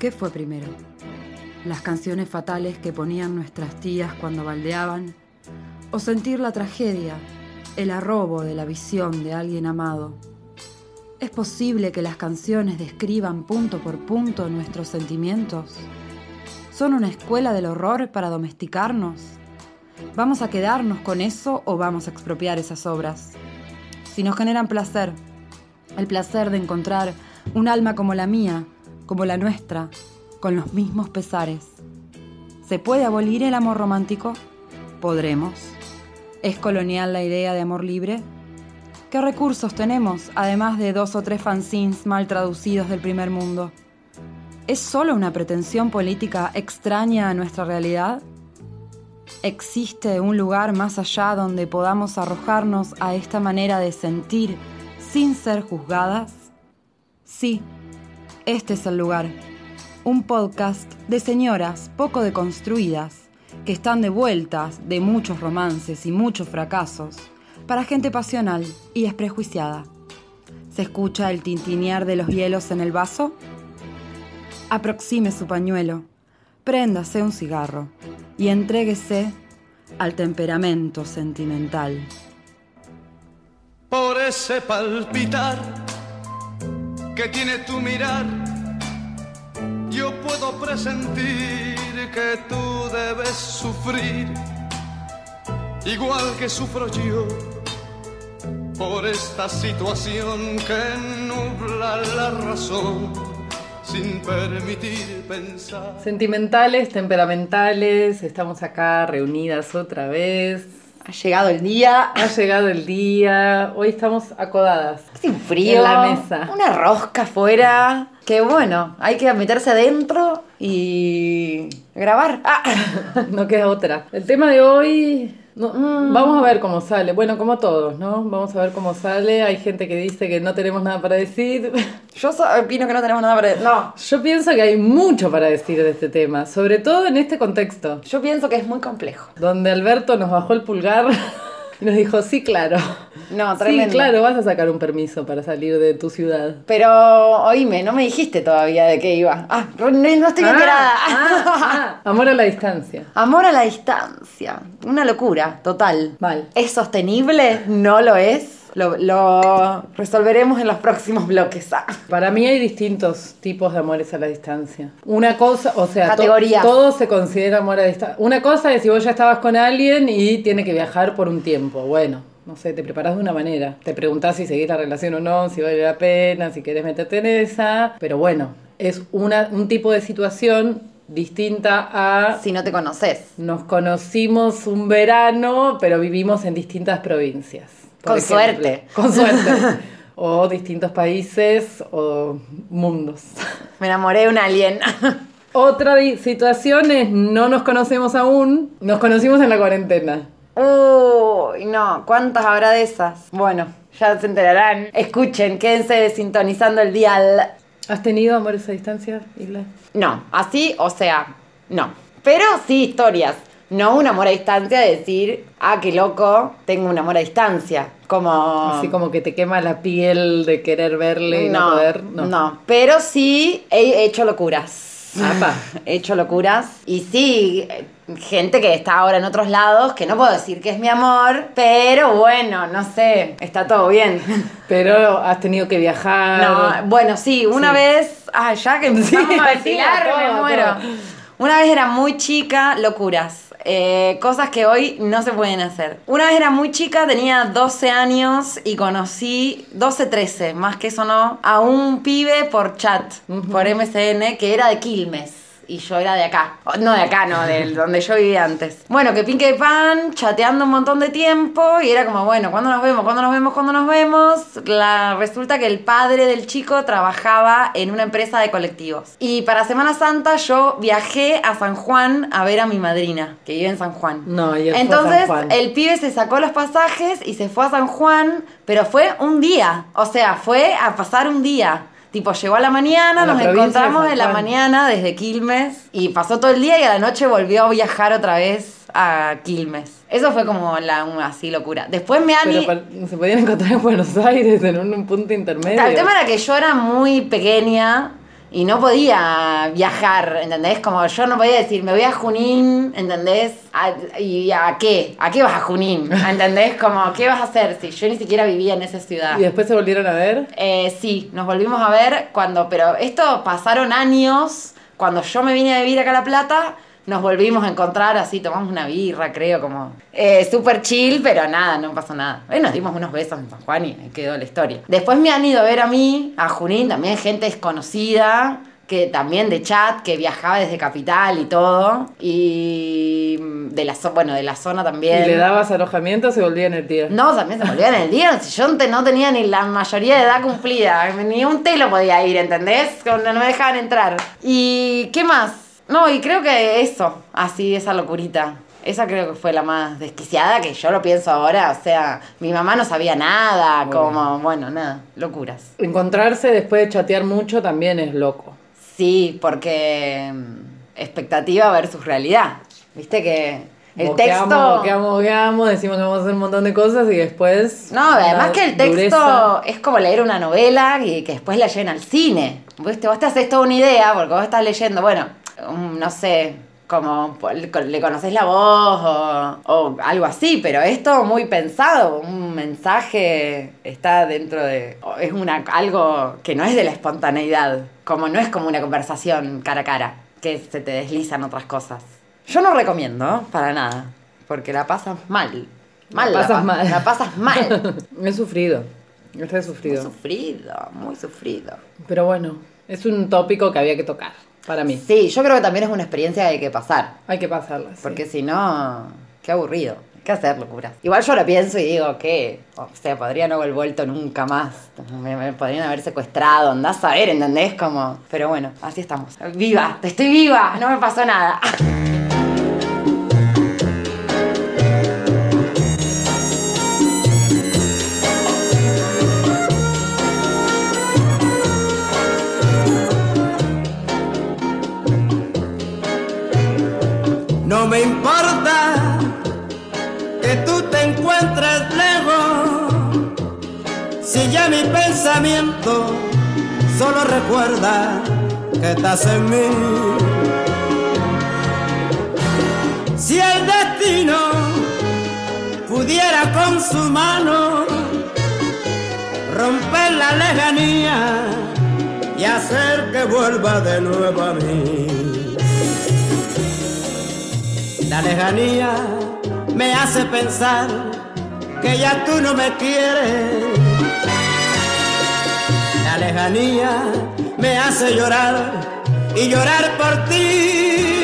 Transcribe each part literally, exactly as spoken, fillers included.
¿Qué fue primero? ¿Las canciones fatales que ponían nuestras tías cuando baldeaban? ¿O sentir la tragedia, el arrobo de la visión de alguien amado? ¿Es posible que las canciones describan punto por punto nuestros sentimientos? ¿Son una escuela del horror para domesticarnos? ¿Vamos a quedarnos con eso o vamos a expropiar esas obras? Si nos generan placer, el placer de encontrar un alma como la mía, como la nuestra, con los mismos pesares. ¿Se puede abolir el amor romántico? ¿Podremos? ¿Es colonial la idea de amor libre? ¿Qué recursos tenemos, además de dos o tres fanzines mal traducidos del primer mundo? ¿Es solo una pretensión política extraña a nuestra realidad? ¿Existe un lugar más allá donde podamos arrojarnos a esta manera de sentir sin ser juzgadas? Sí, este es el lugar. Un podcast de señoras poco deconstruidas que están de vueltas de muchos romances y muchos fracasos para gente pasional y desprejuiciada. ¿Se escucha el tintinear de los hielos en el vaso? Aproxime su pañuelo, préndase un cigarro y entréguese al temperamento sentimental. Por ese palpitar que tiene tu mirar, yo puedo presentir que tú debes sufrir, igual que sufro yo, por esta situación que nubla la razón, sin permitir pensar. Sentimentales, temperamentales, estamos acá reunidas otra vez. Ha llegado el día. Ha llegado el día. Hoy estamos acodadas. Sin frío. En la mesa. Una rosca afuera. Que bueno, hay que meterse adentro y grabar. Ah. No queda otra. El tema de hoy... No, mm. Vamos a ver cómo sale. Bueno, como todos, ¿no? Vamos a ver cómo sale. Hay gente que dice que no tenemos nada para decir. Yo so- opino que no tenemos nada para decir. No. Yo pienso que hay mucho para decir de este tema, sobre todo en este contexto. Yo pienso que es muy complejo. Donde Alberto nos bajó el pulgar y nos dijo, sí, claro. No, tremendo. Sí, claro, vas a sacar un permiso para salir de tu ciudad. Pero, oíme, no me dijiste todavía de qué iba. Ah, no, no estoy ah, enterada. Ah, ah. Amor a la distancia. Amor a la distancia. Una locura, total. Mal. ¿Es sostenible? ¿No lo es? Lo, lo resolveremos en los próximos bloques. Ah. Para mí hay distintos tipos de amores a la distancia. Una cosa, o sea, to- todo se considera amor a distancia. Una cosa es si vos ya estabas con alguien y tiene que viajar por un tiempo. Bueno, no sé, te preparás de una manera. Te preguntás si seguís la relación o no, si vale la pena, si querés meterte en esa. Pero bueno, es una, un tipo de situación distinta a... Si no te conoces. Nos conocimos un verano, pero vivimos en distintas provincias. Con ejemplo, suerte. Con suerte. O distintos países o mundos. Me enamoré de un alien. Otra di- situación es no nos conocemos aún, nos conocimos en la cuarentena. Uy, no, ¿cuántas habrá de esas? Bueno, ya se enterarán. Escuchen, quédense sintonizando el dial. ¿Has tenido amores a distancia, Isla? No, así, o sea, no. Pero sí historias. No un amor a distancia de decir, ah, qué loco, tengo un amor a distancia. Como... Así como que te quema la piel de querer verle y no, no poder. No, no, pero sí he hecho locuras. Apa. He hecho locuras. Y sí, gente que está ahora en otros lados, que no puedo decir que es mi amor, pero bueno, no sé, está todo bien. Pero has tenido que viajar. No, bueno, sí, una Sí. vez, ah, ya que empezamos Sí, a ventilar, todo, me muero. todo. Una vez era muy chica, locuras. Eh, cosas que hoy no se pueden hacer. Una vez era muy chica, tenía doce años y conocí, doce, trece, más que eso no, a un pibe por chat, uh-huh. por M S N, que era de Quilmes. Y yo era de acá. No de acá, no, de donde yo vivía antes. Bueno, que pinque de pan, chateando un montón de tiempo. Y era como, bueno, ¿cuándo nos vemos? ¿Cuándo nos vemos? ¿Cuándo nos vemos? La, resulta que el padre del chico trabajaba en una empresa de colectivos. Y para Semana Santa yo viajé a San Juan a ver a mi madrina, que vive en San Juan. No, y él Entonces, fue a San Juan. El pibe se sacó los pasajes y se fue a San Juan, pero fue un día. O sea, fue a pasar un día. Tipo, llegó a la mañana, A la nos provincia de encontramos San en la Juan. mañana desde Quilmes y pasó todo el día y a la noche volvió a viajar otra vez a Quilmes. Eso fue como la una, así locura. Después me Pero ani... pa- se podían encontrar en Buenos Aires en un, un punto intermedio. El tema era que yo era muy pequeña y no podía viajar, ¿entendés? Como yo no podía decir, me voy a Junín, ¿entendés? ¿A, ¿Y a qué? ¿A qué vas a Junín? ¿Entendés? Como, ¿qué vas a hacer si yo ni siquiera vivía en esa ciudad? ¿Y después se volvieron a ver? Eh, sí, nos volvimos a ver cuando, pero esto pasaron años, cuando yo me vine a vivir acá a La Plata, nos volvimos a encontrar así, tomamos una birra, creo, como eh, súper chill, pero nada, no pasó nada. Eh, nos dimos unos besos en San Juan y quedó la historia. Después me han ido a ver a mí, a Junín, también gente desconocida, que también de chat, que viajaba desde Capital y todo, y de la, bueno, de la zona también. ¿Y le dabas alojamiento o se volvía en el día? No, también se volvían en el día, si yo no tenía ni la mayoría de edad cumplida, ni un telo podía ir, ¿entendés? No me dejaban entrar. ¿Y qué más? No, y creo que eso, así, esa locurita. Esa creo que fue la más desquiciada, que yo lo pienso ahora. O sea, mi mamá no sabía nada, bueno. como, bueno, nada, locuras. Encontrarse después de chatear mucho también es loco. Sí, porque expectativa versus realidad. Viste que el boqueamos, texto... Boqueamos, boqueamos, decimos que vamos a hacer un montón de cosas y después... No, además que el texto dureza. Es como leer una novela y que después la lleven al cine. ¿Viste? Vos te haces toda una idea, porque vos estás leyendo, bueno, um, no sé... como le conocés la voz o, o algo así, pero es todo muy pensado, un mensaje está dentro de... es una algo que no es de la espontaneidad, como no es como una conversación cara a cara, que se te deslizan otras cosas. Yo no recomiendo, para nada, porque la pasas mal. Mal la pasas la, mal. La pasas mal. He sufrido, he sufrido. Muy sufrido, muy sufrido. Pero bueno, es un tópico que había que tocar. Para mí. Sí, yo creo que también es una experiencia que hay que pasar. Hay que pasarla, sí. Porque si no, qué aburrido. ¿Qué hacer, locuras? Igual yo lo pienso y digo que, o sea, podría no haber vuelto nunca más. Me, me podrían haber secuestrado, andás a ver, ¿entendés? Como, pero bueno, así estamos. ¡Viva! ¡Estoy viva! No me pasó nada. No me importa que tú te encuentres lejos, si ya mi pensamiento solo recuerda que estás en mí. Si el destino pudiera con su mano romper la lejanía y hacer que vuelva de nuevo a mí. La lejanía me hace pensar que ya tú no me quieres. La lejanía me hace llorar y llorar por ti.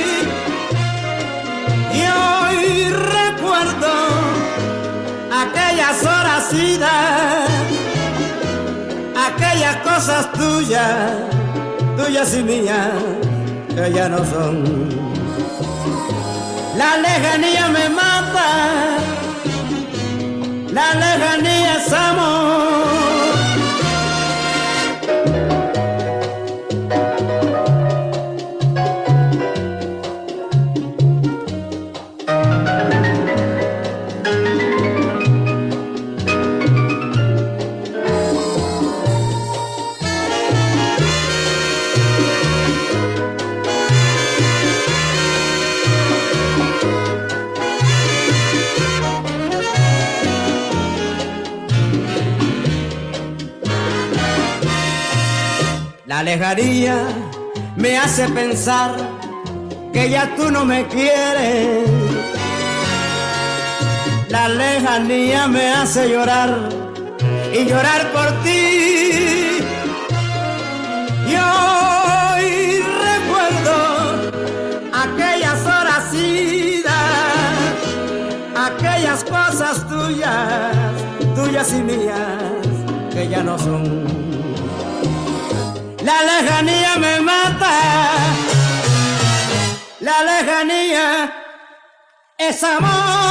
Y hoy recuerdo aquellas horas idas, aquellas cosas tuyas, tuyas y mías, que ya no son. La lejanía me mata, la lejanía es amor. La lejanía me hace pensar que ya tú no me quieres. La lejanía me hace llorar y llorar por ti. Y hoy recuerdo aquellas horas idas, aquellas cosas tuyas, tuyas y mías, que ya no son. La lejanía me mata, la lejanía es amor.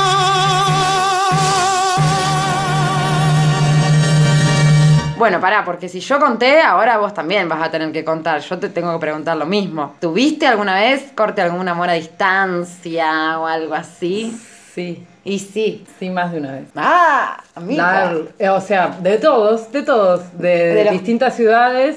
Bueno, pará, porque si yo conté, ahora vos también vas a tener que contar. Yo te tengo que preguntar lo mismo. ¿Tuviste alguna vez, corte, algún amor a distancia o algo así? Sí. Y sí. Sí, más de una vez. Ah, amiga. La, o sea, de todos, de todos, de, de, de los... distintas ciudades,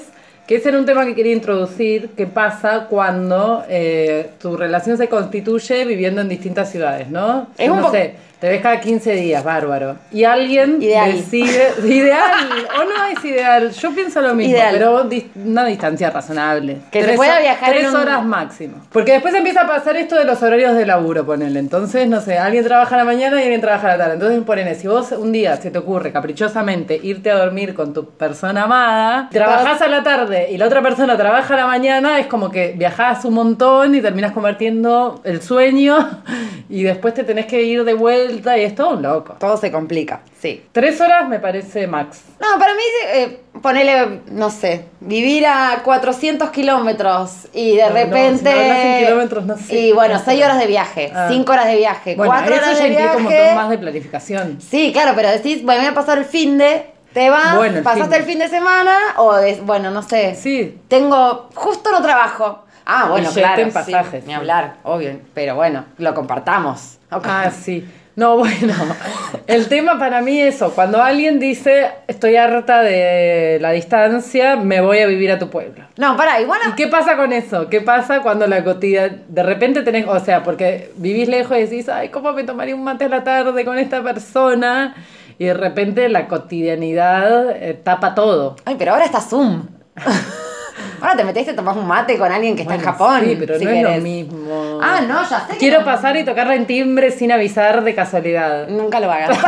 Que ese era un tema que quería introducir, que pasa cuando eh, tu relación se constituye viviendo en distintas ciudades, ¿no? Es Yo un no po- sé, te ves cada quince días, bárbaro. Y alguien Ideal. decide... Ideal, o no es ideal, yo pienso lo mismo, Ideal. pero dis- una distancia razonable. Que se Tres pueda ho- viajar Tres en un- horas máximo. Porque después empieza a pasar esto de los horarios de laburo, ponele. Entonces, no sé, alguien trabaja a la mañana y alguien trabaja a la tarde. Entonces, ponele, si vos un día se te ocurre caprichosamente irte a dormir con tu persona amada, trabajás a la tarde y la otra persona trabaja a la mañana, es como que viajás un montón y terminás convirtiendo el sueño y después te tenés que ir de vuelta y es todo un loco. Todo se complica, sí. Tres horas me parece max. No, para mí, eh, ponele, no sé, vivir a cuatrocientos kilómetros y de No, no, repente... si me hablas en kilómetros, no sé. Y bueno, No sé. seis horas de viaje, Ah. cinco horas de viaje, Bueno, cuatro eso horas ya de implica un viaje. montón más de planificación. Sí, claro, pero decís, bueno, me voy a pasar el fin de... Te vas, Bueno, el pasaste finde. el fin de semana o, de- bueno, no sé. Sí. Tengo, justo no trabajo. Ah, bueno, Billete claro, en pasajes, sí, ni sí. hablar, obvio. Pero bueno, lo compartamos. Ok. Ah, sí. No, bueno, el tema para mí es eso, cuando alguien dice, estoy harta de la distancia, me voy a vivir a tu pueblo. No, pará, igual... ¿Y qué pasa con eso? ¿Qué pasa cuando la cotidianidad, de repente tenés, o sea, porque vivís lejos y decís, ay, ¿cómo me tomaría un mate a la tarde con esta persona? Y de repente la cotidianidad eh, tapa todo. Ay, pero ahora está Zoom. Ahora te metiste y tomás un mate con alguien que está Bueno, en Japón. sí, pero si no es querés. lo mismo. Ah, no, ya sé que Quiero no. pasar y tocarla en timbre sin avisar de casualidad. Nunca lo hagas.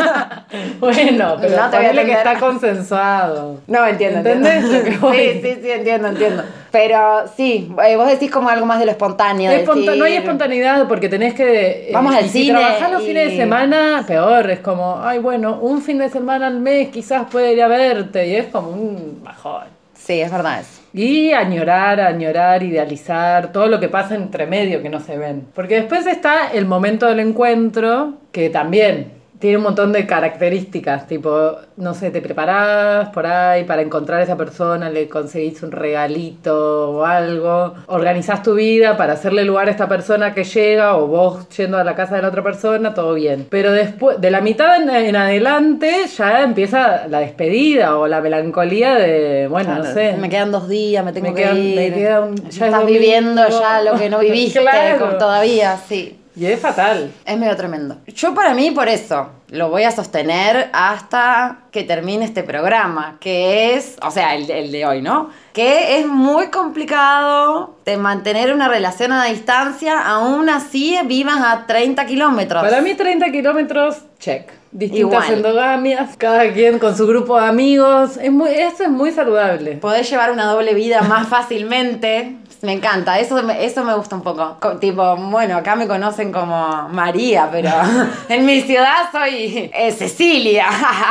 Bueno, pero No te voy a ponele que atender. está consensuado. No, entiendo. ¿Entendés entiendo. lo que voy? Sí, sí, sí, entiendo, entiendo. Pero sí, eh, vos decís como algo más de lo espontáneo. Esponta- decir- No hay espontaneidad porque tenés que... eh, Vamos al y si cine trabajás los y- fines de semana, peor. Es como, ay, bueno, un fin de semana al mes quizás puede ir a verte. Y es como un bajón. Sí, es verdad eso. Y añorar, añorar, idealizar, todo lo que pasa entre medio que no se ven. Porque después está el momento del encuentro, que también tiene un montón de características, tipo, no sé, te preparás por ahí para encontrar a esa persona, le conseguís un regalito o algo, organizás tu vida para hacerle lugar a esta persona que llega o vos yendo a la casa de la otra persona, todo bien. Pero después, de la mitad en, en adelante, ya empieza la despedida o la melancolía de, bueno, Claro, no sé. Me quedan dos días, me tengo Me que quedan- ir. me queda un- ya es Estás domingo. viviendo ya lo que no viviste Claro. con- todavía, sí. Y es fatal. Es medio tremendo. Yo para mí, por eso, lo voy a sostener hasta que termine este programa, que es, o sea, el, el de hoy, ¿no? Que es muy complicado de mantener una relación a distancia, aún así vivas a treinta kilómetros. Para mí treinta kilómetros, check. Distintas Igual. endogamias, cada quien con su grupo de amigos. Es muy, eso es muy saludable. Podés llevar una doble vida más fácilmente. Me encanta, eso me, eso me gusta un poco. Co- tipo, bueno, acá me conocen como María, pero en mi ciudad soy eh, Cecilia.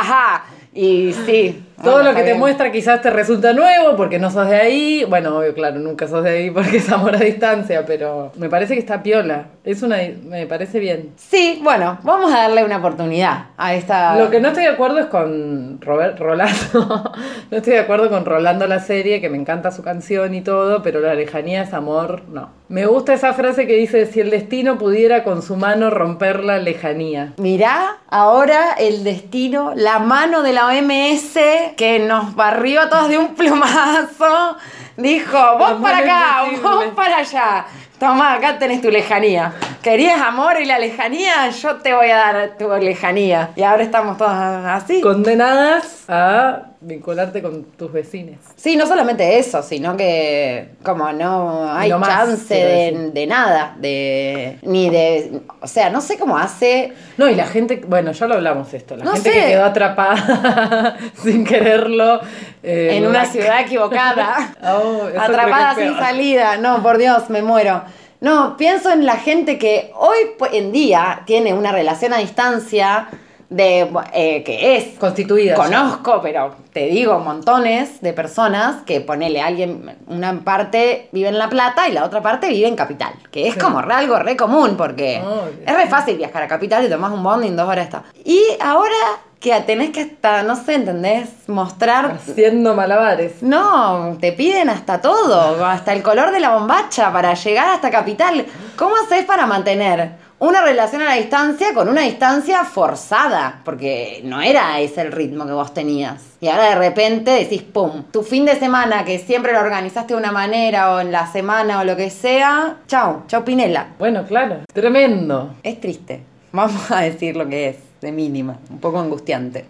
Y sí. Todo bueno, lo que está te bien. muestra quizás te resulta nuevo porque no sos de ahí. Bueno, obvio, claro, nunca sos de ahí porque es amor a distancia, pero me parece que está piola. Es una, me parece bien. Sí, bueno, vamos a darle una oportunidad a esta... Lo que no estoy de acuerdo es con Robert, Rolando. No estoy de acuerdo con Rolando la serie, que me encanta su canción y todo, pero la lejanía es amor, no. Me gusta esa frase que dice, si el destino pudiera con su mano romper la lejanía. Mirá ahora el destino, la mano de la O M S que nos barrió a todos de un plumazo, dijo, vos La para mano acá, invisible. vos para allá. Tomá, acá tenés tu lejanía. ¿Querías amor y la lejanía? Yo te voy a dar tu lejanía. Y ahora estamos todos así. Condenadas a vincularte con tus vecinos. Sí, no solamente eso, sino que como no hay No más, chance quiero de, decir. de nada, de ni de... O sea, no sé cómo hace... No, y la gente, bueno, ya lo hablamos esto, la No gente sé. que quedó atrapada sin quererlo. eh, en una ciudad equivocada, Oh, eso atrapada creo que es sin peor. salida. No, por Dios, me muero. No, pienso en la gente que hoy pu- en día tiene una relación a distancia de eh, que es Constituida. ya. conozco, pero te digo montones de personas que ponele a alguien, una parte vive en La Plata y la otra parte vive en Capital, que es Sí. como re- algo re común porque Oh, es re fácil viajar a Capital y tomás un bondi y en dos horas está. Y ahora que tenés que hasta, no sé, ¿entendés? Mostrar... Haciendo malabares. No, te piden hasta todo, hasta el color de la bombacha para llegar hasta Capital. ¿Cómo haces para mantener una relación a la distancia con una distancia forzada, porque no era ese el ritmo que vos tenías. Y ahora de repente decís, pum, tu fin de semana que siempre lo organizaste de una manera o en la semana o lo que sea, chau, chau Pinela. Bueno, claro, tremendo. Es triste, vamos a decir lo que es, de mínima, un poco angustiante.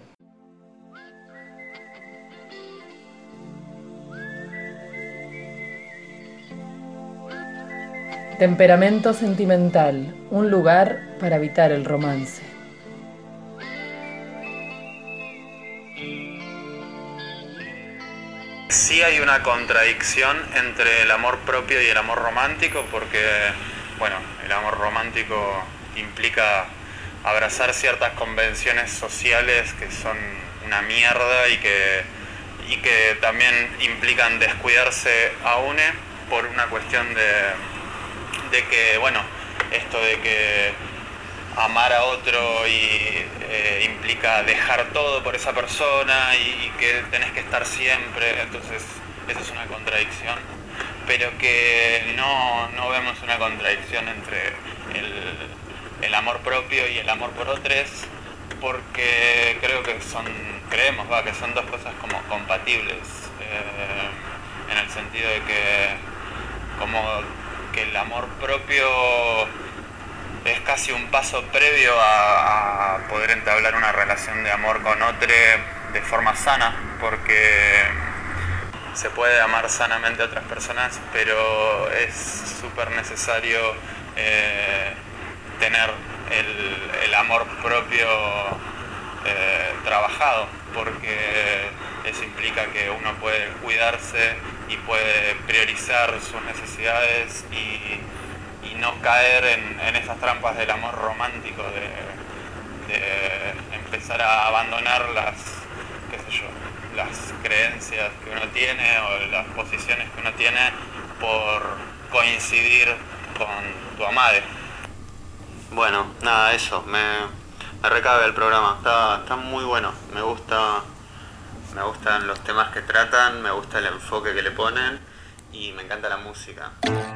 Temperamento sentimental, un lugar para evitar el romance. Sí hay una contradicción entre el amor propio y el amor romántico, porque, bueno, el amor romántico implica abrazar ciertas convenciones sociales que son una mierda y que, y que también implican descuidarse a une por una cuestión de... de que, bueno, esto de que amar a otro y, eh, implica dejar todo por esa persona y, y que tenés que estar siempre, entonces esa es una contradicción, pero que no, no vemos una contradicción entre el, el amor propio y el amor por otros, porque creo que son, creemos, va, que son dos cosas como compatibles, eh, en el sentido de que como que el amor propio es casi un paso previo a, a poder entablar una relación de amor con otro de forma sana, porque se puede amar sanamente a otras personas, pero es súper necesario eh, tener el, el amor propio eh, trabajado, porque eso implica que uno puede cuidarse y puede priorizar sus necesidades y, y no caer en, en esas trampas del amor romántico, de, de empezar a abandonar las, qué sé yo, las creencias que uno tiene o las posiciones que uno tiene por coincidir con tu amade. Bueno, nada, eso, me, me recabe el programa, está, está muy bueno, me gusta... Me gustan los temas que tratan, me gusta el enfoque que le ponen y me encanta la música.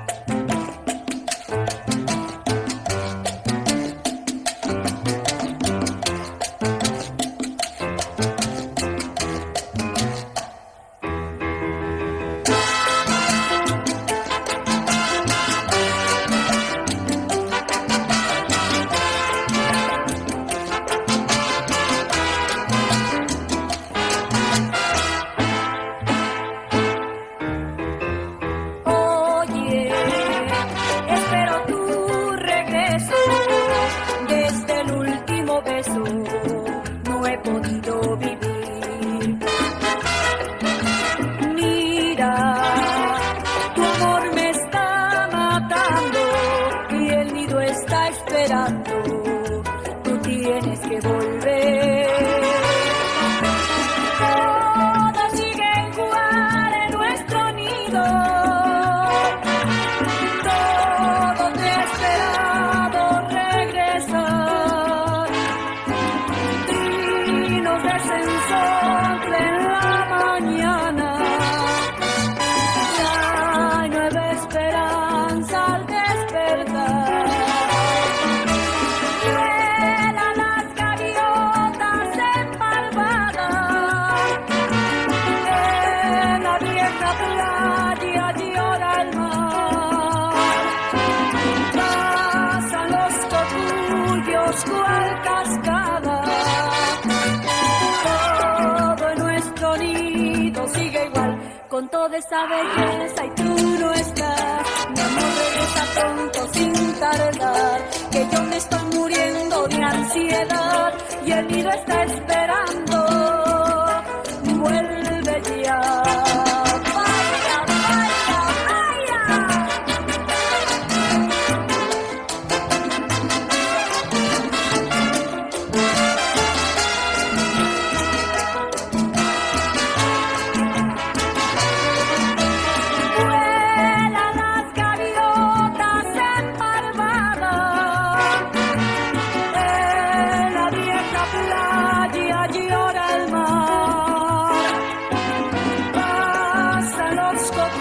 Con toda esa belleza y tú no estás, mi amor regresa pronto sin tardar, que yo me estoy muriendo de ansiedad y el nido está esperando, vuelve ya.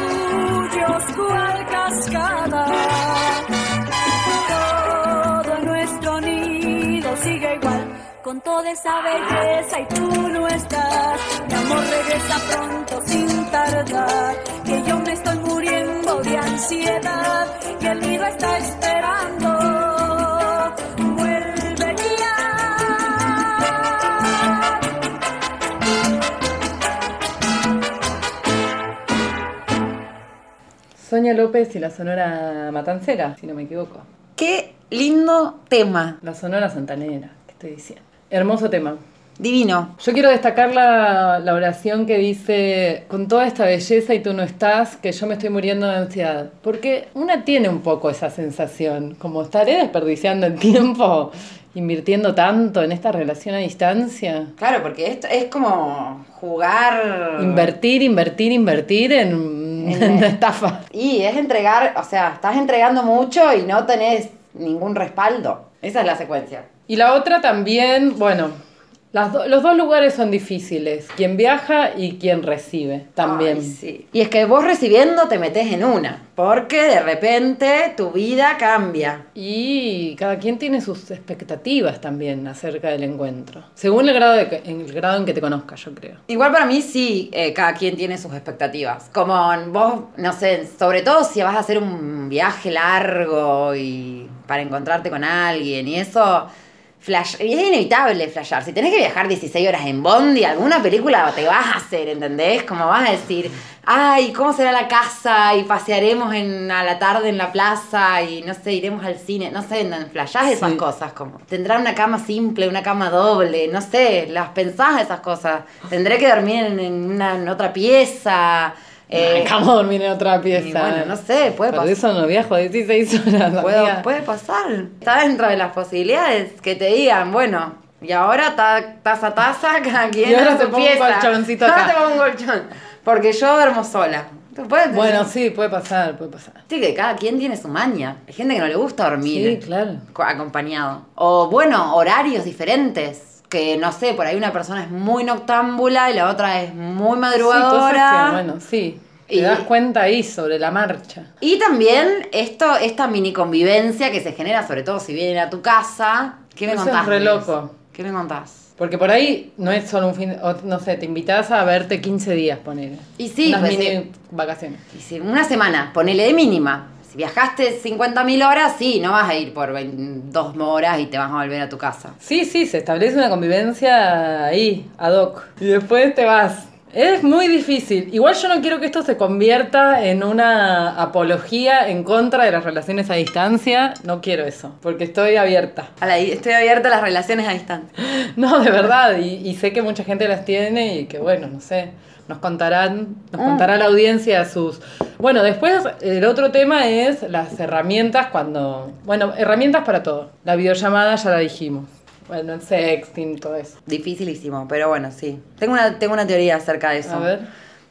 Cual cascada, todo toda esa belleza y tú no estás. Mi amor, regresa pronto sin tardar, que yo me estoy muriendo de ansiedad y el nido está esperando. Vuelve ya. Sonia López y la Sonora Matancera, si no me equivoco. Qué lindo tema. La Sonora Santanera, ¿qué estoy diciendo? Hermoso tema. Divino. Yo quiero destacar la, la oración que dice: con toda esta belleza y tú no estás, que yo me estoy muriendo de ansiedad. Porque una tiene un poco esa sensación, como estaré desperdiciando el tiempo, invirtiendo tanto en esta relación a distancia. Claro, porque esto es como jugar... Invertir, invertir, invertir en, en, en estafa. Y es entregar, o sea, estás entregando mucho y no tenés ningún respaldo. Esa es la secuencia. Y la otra también, bueno... Las do- los dos lugares son difíciles, quien viaja y quien recibe también. Ay, sí. Y es que vos recibiendo te metés en una, porque de repente tu vida cambia. Y cada quien tiene sus expectativas también acerca del encuentro, según el grado, de que, en el grado en que te conozcas, yo creo. Igual para mí sí, eh, cada quien tiene sus expectativas. Como vos, no sé, sobre todo si vas a hacer un viaje largo y para encontrarte con alguien y eso... Flash, y es inevitable flashear. Si tenés que viajar dieciséis horas en Bondi, alguna película te vas a hacer, ¿entendés? Como vas a decir, ay, ¿cómo será la casa? Y pasearemos en, a la tarde en la plaza y, no sé, iremos al cine. No sé, flashás esas sí. cosas. Como tendrá una cama simple, una cama doble, no sé, las pensás esas cosas. Tendré que dormir en, en, una, en otra pieza... Eh, Acabo de dormir en otra pieza. Y bueno, no sé, puede pasar. Por eso no viajo dieciséis horas. Puede, puede pasar. Está dentro de las posibilidades que te digan, bueno, y ahora ta, taza a taza, cada quien y ahora a te su pongo pieza. un colchoncito acá. Ahora te pongo un colchón. Porque yo duermo sola. ¿Puede bueno, sí, puede pasar, puede pasar. Sí, que cada quien tiene su maña. Hay gente que no le gusta dormir. Sí, claro. Acompañado. O bueno, horarios diferentes. Que no sé, por ahí una persona es muy noctámbula y la otra es muy madrugadora. Sí, cosas que, bueno, sí. Te y, das cuenta ahí sobre la marcha. Y también esto, esta mini convivencia que se genera, sobre todo si vienen a tu casa. ¿Qué me Eso contás? Es re loco. ¿Qué me contás? Porque por ahí no es solo un fin, o, no sé, te invitas a verte quince días, ponele. Y sí, unas pues mini sí. vacaciones. Y sí, una semana, ponele de mínima. Si viajaste cincuenta mil horas, sí, no vas a ir por veintidós horas y te vas a volver a tu casa. Sí, sí, se establece una convivencia ahí, ad hoc. Y después te vas. Es muy difícil. Igual yo no quiero que esto se convierta en una apología en contra de las relaciones a distancia. No quiero eso, porque estoy abierta. Estoy abierta a las relaciones a distancia. No, de verdad. Y, y sé que mucha gente las tiene y que, bueno, no sé, nos contarán, nos contará la audiencia sus... Bueno, después el otro tema es las herramientas cuando... Bueno, herramientas para todo. La videollamada ya la dijimos. Bueno, el sexting, todo eso. Dificilísimo, pero bueno, sí. Tengo una, tengo una teoría acerca de eso. A ver.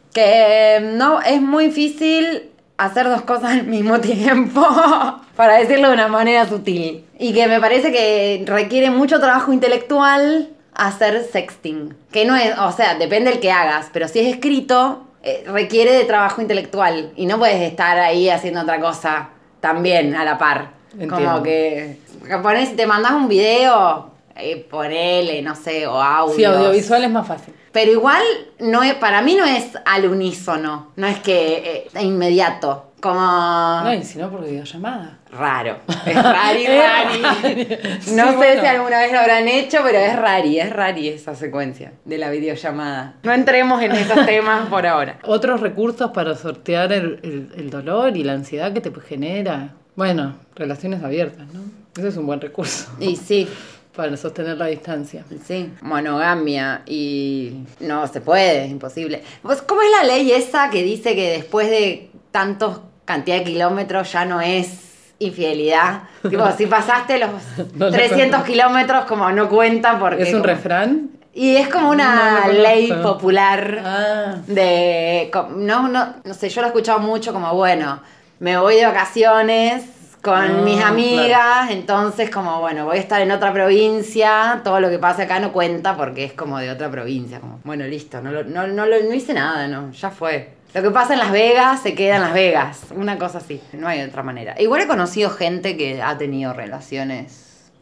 Que no, es muy difícil hacer dos cosas al mismo tiempo, para decirlo de una manera sutil. Y que me parece que requiere mucho trabajo intelectual hacer sexting. Que no es, o sea, depende del que hagas, pero si es escrito, eh, requiere de trabajo intelectual. Y no puedes estar ahí haciendo otra cosa también a la par. Entiendo. Como que pones, te mandas un video... Eh, ponele, no sé, o audio. Sí, audiovisual es más fácil. Pero igual, no es, para mí no es al unísono, no es que eh, inmediato, como... No, y si no por videollamada. Raro, es rari, rari. No sí, sé bueno. si alguna vez lo habrán hecho, pero es rari, es rari esa secuencia de la videollamada. No entremos en esos temas por ahora. Otros recursos para sortear el, el, el dolor y la ansiedad que te genera. Bueno, relaciones abiertas, ¿no? Ese es un buen recurso. Y sí. Para sostener la distancia. Sí, monogamia y no se puede, es imposible. Pues, ¿cómo es la ley esa que dice que después de tantos cantidad de kilómetros ya no es infidelidad? Tipo, si pasaste los no trescientos kilómetros como no cuenta porque... ¿Es un como... refrán? Y es como una no, no, ley no. popular ah. de... No, no, no sé, yo lo he escuchado mucho como, bueno, me voy de vacaciones... con no, mis amigas, claro. Entonces como, bueno, voy a estar en otra provincia, todo lo que pase acá no cuenta porque es como de otra provincia, como, bueno, listo, no, no, no, no, no hice nada, no, ya fue. Lo que pasa en Las Vegas se queda en Las Vegas, una cosa así, no hay otra manera. Igual he conocido gente que ha tenido relaciones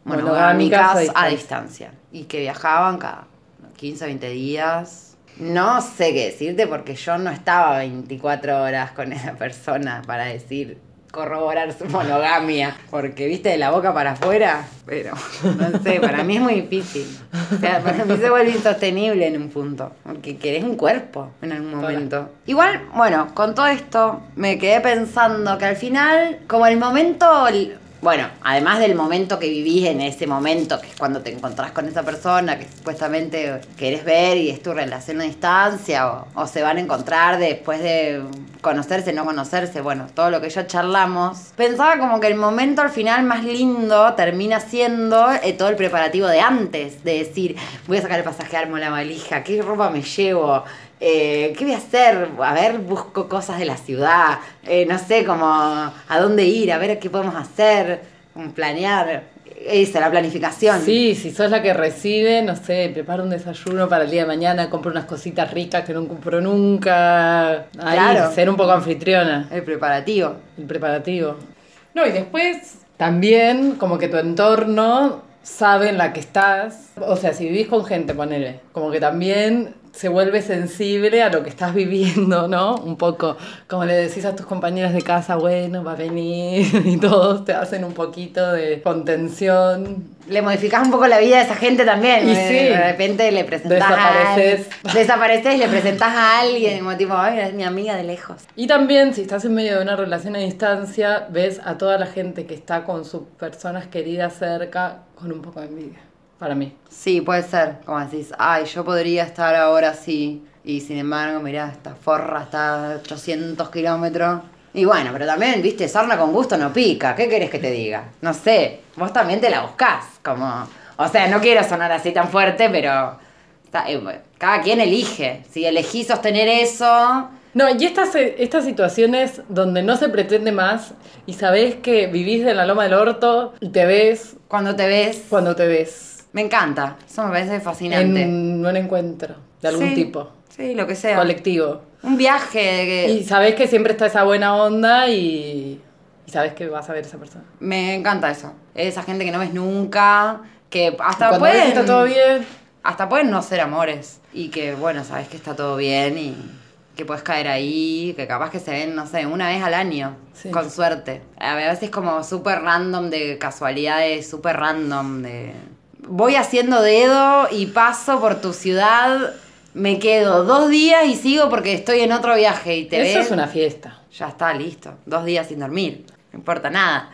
monogámicas a distancia. a distancia. Y que viajaban cada quince, veinte días. No sé qué decirte porque yo no estaba veinticuatro horas con esa persona para decir, corroborar su monogamia. Porque, viste, de la boca para afuera, pero no sé, para mí es muy difícil. O sea, para mí se vuelve insostenible en un punto. Porque querés un cuerpo en algún momento. Hola. Igual, bueno, con todo esto me quedé pensando que al final, como el momento... Bueno, además del momento que vivís en ese momento, que es cuando te encontrás con esa persona que supuestamente querés ver y es tu relación a distancia, o, o se van a encontrar después de conocerse, no conocerse, bueno, todo lo que ya charlamos. Pensaba como que el momento al final más lindo termina siendo eh, todo el preparativo de antes, de decir, voy a sacar el pasaje, armo la valija, qué ropa me llevo, Eh, ¿qué voy a hacer? A ver, busco cosas de la ciudad, eh, no sé, como a dónde ir, a ver qué podemos hacer, planear, esa, la planificación. Sí, si sos la que recibe, no sé, preparo un desayuno para el día de mañana, compro unas cositas ricas que no compro nunca. Ahí, claro. Ser un poco anfitriona. El preparativo. El preparativo. No, y después también como que tu entorno sabe en la que estás. O sea, si vivís con gente, ponele, como que también se vuelve sensible a lo que estás viviendo, ¿no? Un poco, como le decís a tus compañeras de casa, bueno, va a venir, y todos te hacen un poquito de contención. Le modificás un poco la vida a esa gente también. Y sí, de repente le presentás desapareces. a alguien. Desapareces y le presentás a alguien, como tipo, ay, es mi amiga de lejos. Y también, si estás en medio de una relación a distancia, ves a toda la gente que está con sus personas queridas cerca con un poco de envidia. Para mí. Sí, puede ser. Como decís, ay, yo podría estar ahora así. Y sin embargo, mirá, esta forra está a ochocientos kilómetros. Y bueno, pero también, viste, sarna con gusto no pica. ¿Qué querés que te diga? No sé, vos también te la buscás. Como, o sea, no quiero sonar así tan fuerte, pero está, eh, cada quien elige. Si elegís sostener eso... No, y estas, estas situaciones donde no se pretende más y sabés que vivís de la loma del orto y te ves... Cuando te ves. Cuando te ves. Me encanta, eso me parece fascinante. En un encuentro de algún sí, tipo. Sí, lo que sea. Colectivo. Un viaje. Que... Y sabés que siempre está esa buena onda y, y sabés que vas a ver a esa persona. Me encanta eso. Esa gente que no ves nunca, que hasta pueden... ves está todo bien. Hasta pueden no ser amores. Y que, bueno, sabés que está todo bien y que puedes caer ahí, que capaz que se ven, no sé, una vez al año, sí. Con suerte. A veces como súper random de casualidades, súper random de... Voy haciendo dedo y paso por tu ciudad, me quedo dos días y sigo porque estoy en otro viaje y te ves. Eso es una fiesta. Ya está, listo. Dos días sin dormir. No importa nada.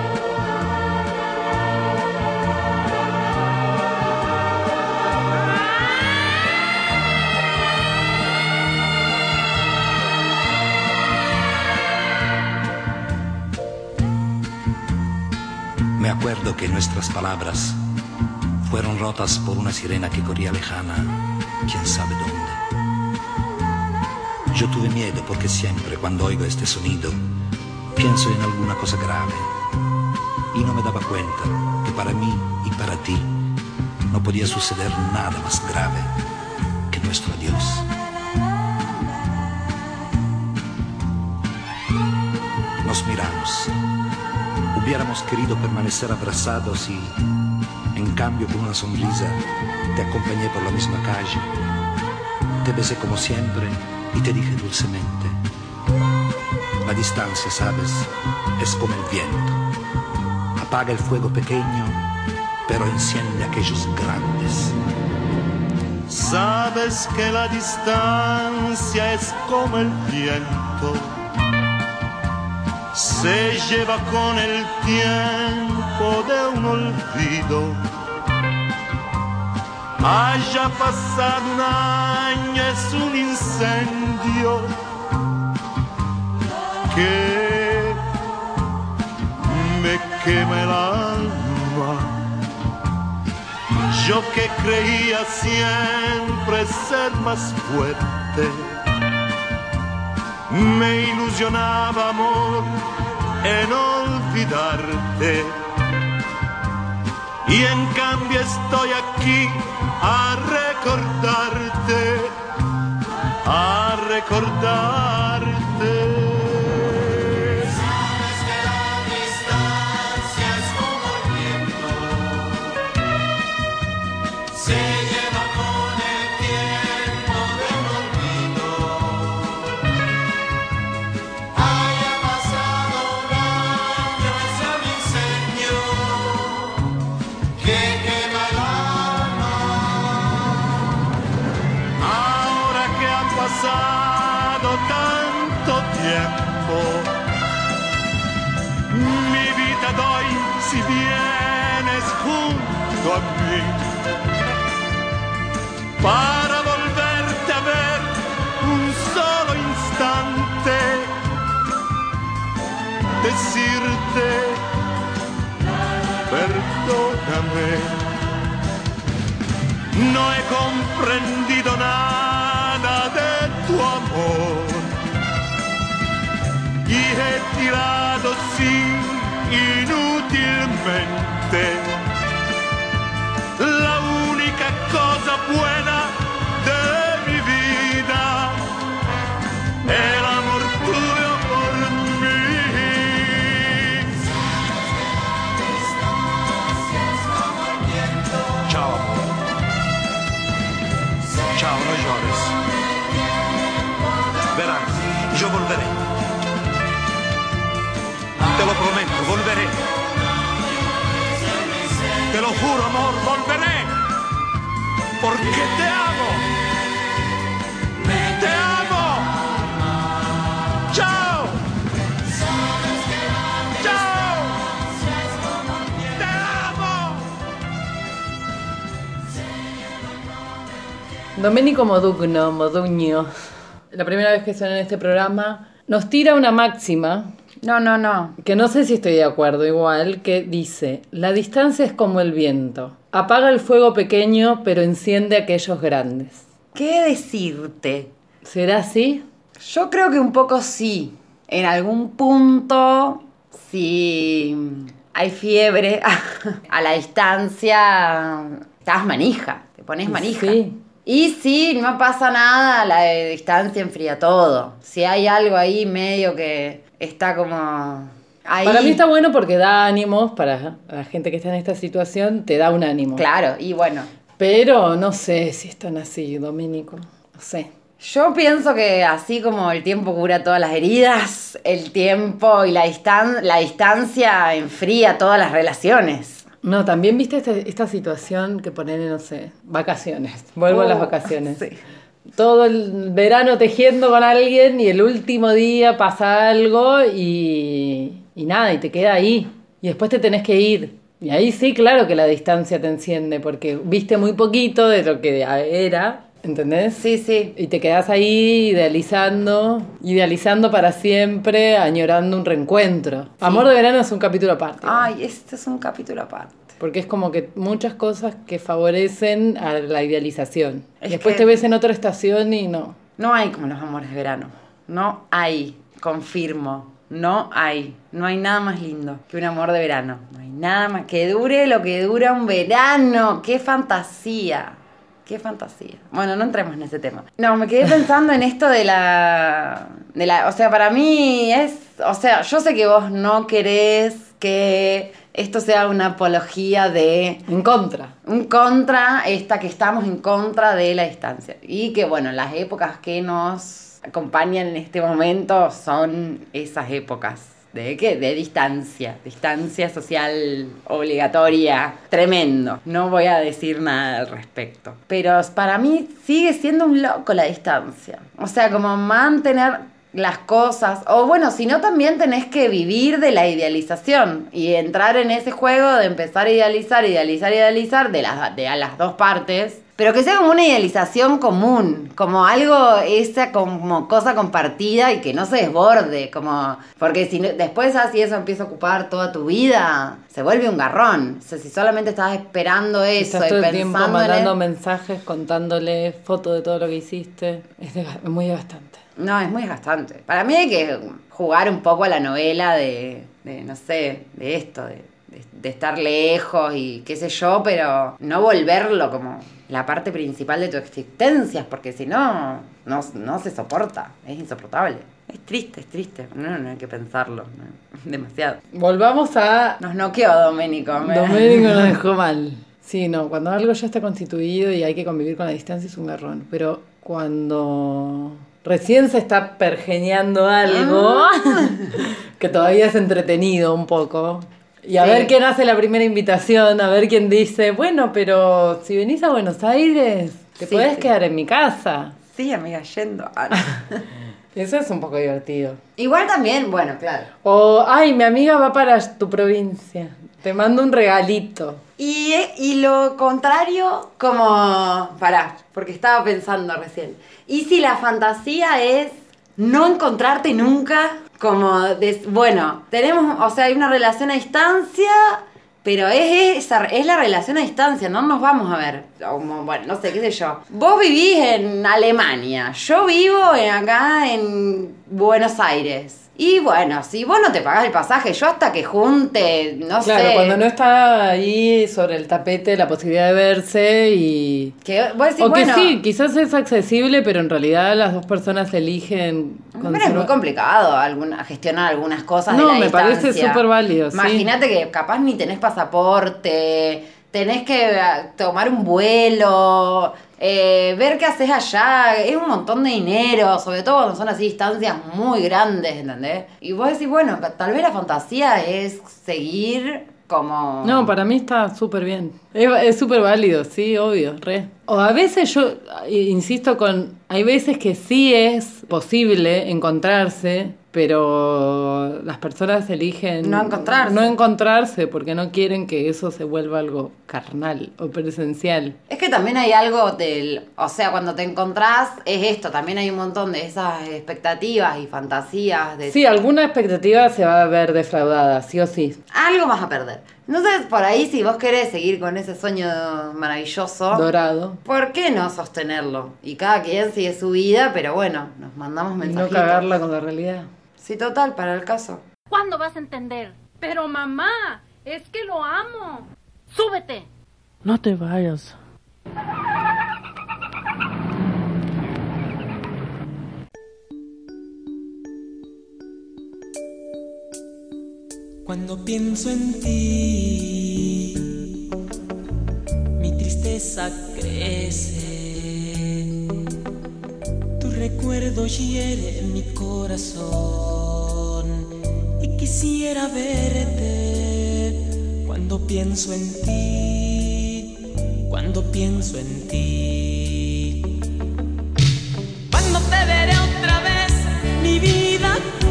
Me acuerdo que nuestras palabras fueron rotas por una sirena que corría lejana, quién sabe dónde. Yo tuve miedo porque siempre cuando oigo este sonido pienso en alguna cosa grave y no me daba cuenta que para mí y para ti no podía suceder nada más grave que nuestro adiós. Nos miramos. Hubiéramos querido permanecer abrazados y, en cambio, con una sonrisa, te acompañé por la misma calle. Te besé como siempre y te dije dulcemente: la distancia, sabes, es como el viento. Apaga el fuego pequeño, pero enciende aquellos grandes. Sabes que la distancia es como el viento. Se lleva con el tiempo de un olvido. Haya pasado un año, es un incendio que me quema el alma. Yo que creía siempre ser más fuerte, me ilusionaba, amor, en olvidarte. Y en cambio estoy aquí a recordarte, a recordarte. Sabes que la distancia es como el viento. a mí para volverte a ver un solo instante, decirte perdóname. No he comprendido nada de tu amor y he tirado sí inútilmente la única cosa buena de mi vida, el amor tuyo por mí. Chao, amor. Chao, no llores. Verás, yo volveré. Te lo prometo, volveré. Te lo juro, amor, volveré. Porque te amo. Te amo. Chao. Chao. Te amo. Domenico Modugno, Modugno, la primera vez que suena en este programa, nos tira una máxima. No, no, no. Que no sé si estoy de acuerdo igual, que dice: la distancia es como el viento. Apaga el fuego pequeño, pero enciende aquellos grandes. ¿Qué decirte? ¿Será así? Yo creo que un poco sí. En algún punto, si hay fiebre, a la distancia, estás manija, te pones manija. Sí. Y si no pasa nada, la distancia enfría todo. Si hay algo ahí medio que está como ahí. Para mí está bueno porque da ánimos, para la gente que está en esta situación, te da un ánimo. Claro, y bueno. Pero no sé si es tan así, Domenico, no sé. Yo pienso que así como el tiempo cura todas las heridas, el tiempo y la, distan- la distancia enfría todas las relaciones. No, también viste esta, esta situación que ponen, no sé, vacaciones. Vuelvo oh, a las vacaciones. Sí. Todo el verano tejiendo con alguien y el último día pasa algo y, y nada, y te queda ahí. Y después te tenés que ir. Y ahí sí, claro que la distancia te enciende, porque viste muy poquito de lo que era, ¿entendés? Sí, sí. Y te quedás ahí idealizando, idealizando para siempre, añorando un reencuentro. Sí. Amor de verano es un capítulo aparte. Ay, este es un capítulo aparte. Porque es como que muchas cosas que favorecen a la idealización. Es Después que te ves en otra estación y no. No hay como los amores de verano. No hay, confirmo. No hay. No hay nada más lindo que un amor de verano. No hay nada más que dure lo que dura un verano. ¡Qué fantasía! ¡Qué fantasía! Bueno, no entremos en ese tema. No, me quedé pensando en esto de la... de la, o sea, para mí es... O sea, yo sé que vos no querés que esto sea una apología de... En contra. Un contra, esta que estamos en contra de la distancia. Y que, bueno, las épocas que nos acompañan en este momento son esas épocas. ¿De qué? De distancia. Distancia social obligatoria. Tremendo. No voy a decir nada al respecto. Pero para mí sigue siendo un loco la distancia. O sea, como mantener las cosas. O bueno, si no, también tenés que vivir de la idealización. Y entrar en ese juego de empezar a idealizar, idealizar, idealizar de las, de a las dos partes. Pero que sea como una idealización común, como algo, esa como cosa compartida y que no se desborde, como porque si no, después así eso empieza a ocupar toda tu vida, se vuelve un garrón. O sea, si solamente estás esperando eso estás y todo el pensando tiempo mandando en... mensajes, contándole fotos de todo lo que hiciste, es, de, es muy desgastante. No, es muy desgastante. Para mí hay que jugar un poco a la novela de, de no sé, de esto, de, de, de estar lejos y qué sé yo, pero no volverlo como la parte principal de tu existencia, porque si no, no, no se soporta, es insoportable. Es triste, es triste, no, no hay que pensarlo, no, demasiado. Volvamos a... Nos noqueó Domenico. Domenico nos dejó mal. Sí, no, cuando algo ya está constituido y hay que convivir con la distancia es un garrón, pero cuando recién se está pergeñando algo, ah. que todavía es entretenido un poco... Y a sí. ver quién hace la primera invitación, a ver quién dice, bueno, pero si venís a Buenos Aires, te sí, podés sí. quedar en mi casa. Sí, amiga, yendo. Ah, no. Eso es un poco divertido. Igual también, bueno, claro. O, ay, mi amiga va para tu provincia. Te mando un regalito. Y, y lo contrario, como... Pará, porque estaba pensando recién. ¿Y si la fantasía es no encontrarte nunca? Como, de, bueno, tenemos, o sea, hay una relación a distancia, pero es, esa, es la relación a distancia, no nos vamos a ver. Como, bueno, no sé, qué sé yo. Vos vivís en Alemania, yo vivo en, acá en Buenos Aires. Y bueno, si vos no te pagás el pasaje, yo hasta que junte, no claro, sé... Claro, cuando no está ahí sobre el tapete la posibilidad de verse y... Que vos decís, o que bueno, sí, quizás es accesible, pero en realidad las dos personas eligen... Pero conserva... es muy complicado alguna, gestionar algunas cosas no, de la me distancia. parece súper válido, Imagínate sí. que capaz ni tenés pasaporte, tenés que tomar un vuelo... Eh, ver qué haces allá, es un montón de dinero, sobre todo cuando son así distancias muy grandes, ¿entendés? Y vos decís, bueno, tal vez la fantasía es seguir como... No, para mí está súper bien. Es súper válido, sí, obvio, re. O a veces yo insisto con... Hay veces que sí es posible encontrarse, pero las personas eligen... No encontrarse. No encontrarse porque no quieren que eso se vuelva algo carnal o presencial. Es que también hay algo del... O sea, cuando te encontrás es esto, también hay un montón de esas expectativas y fantasías. De... Sí, alguna expectativa se va a ver defraudada, sí o sí. Algo vas a perder. No sé, por ahí si vos querés seguir con ese sueño maravilloso... Dorado. ¿Por qué no sostenerlo? Y cada quien sigue su vida, pero bueno, nos mandamos mensajitos. Y no cagarla con la realidad. Sí, total, para el caso. ¿Cuándo vas a entender? Pero mamá, es que lo amo. ¡Súbete! No te vayas. Cuando pienso en ti, mi tristeza crece. Tu recuerdo hiere mi corazón y quisiera verte. Cuando pienso en ti, cuando pienso en ti. Cuando te veré otra vez, mi vida,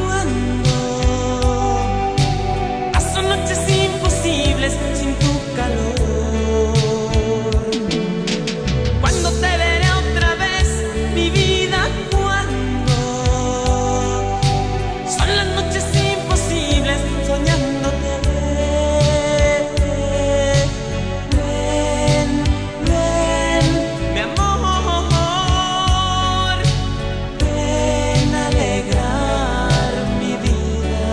noches imposibles sin tu calor. Cuando te veré otra vez, mi vida, cuando son las noches imposibles soñándote. Ven, ven, mi amor, ven a alegrar mi vida.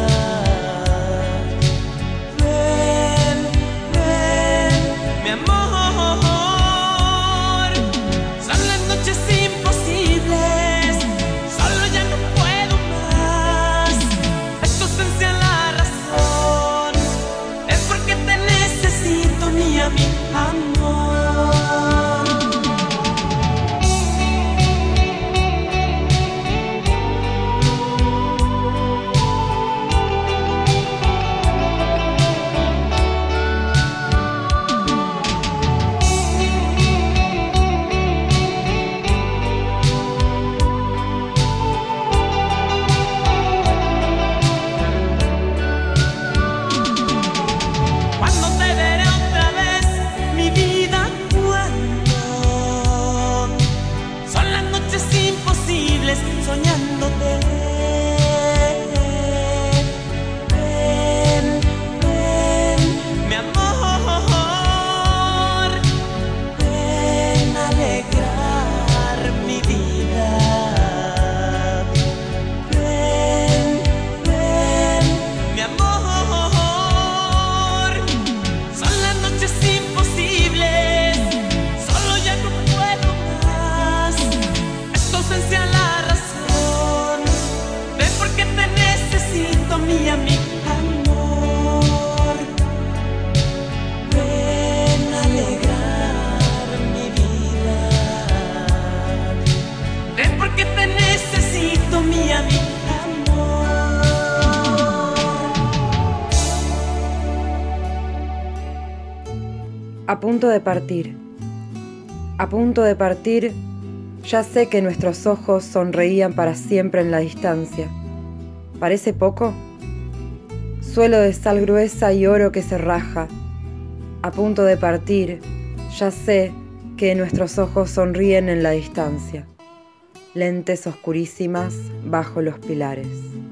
A punto de partir. A punto de partir Ya sé que nuestros ojos sonreían para siempre en la distancia. ¿Parece poco? Suelo de sal gruesa y oro que se raja. A punto de partir, ya sé que nuestros ojos sonríen en la distancia. Lentes oscurísimas bajo los pilares.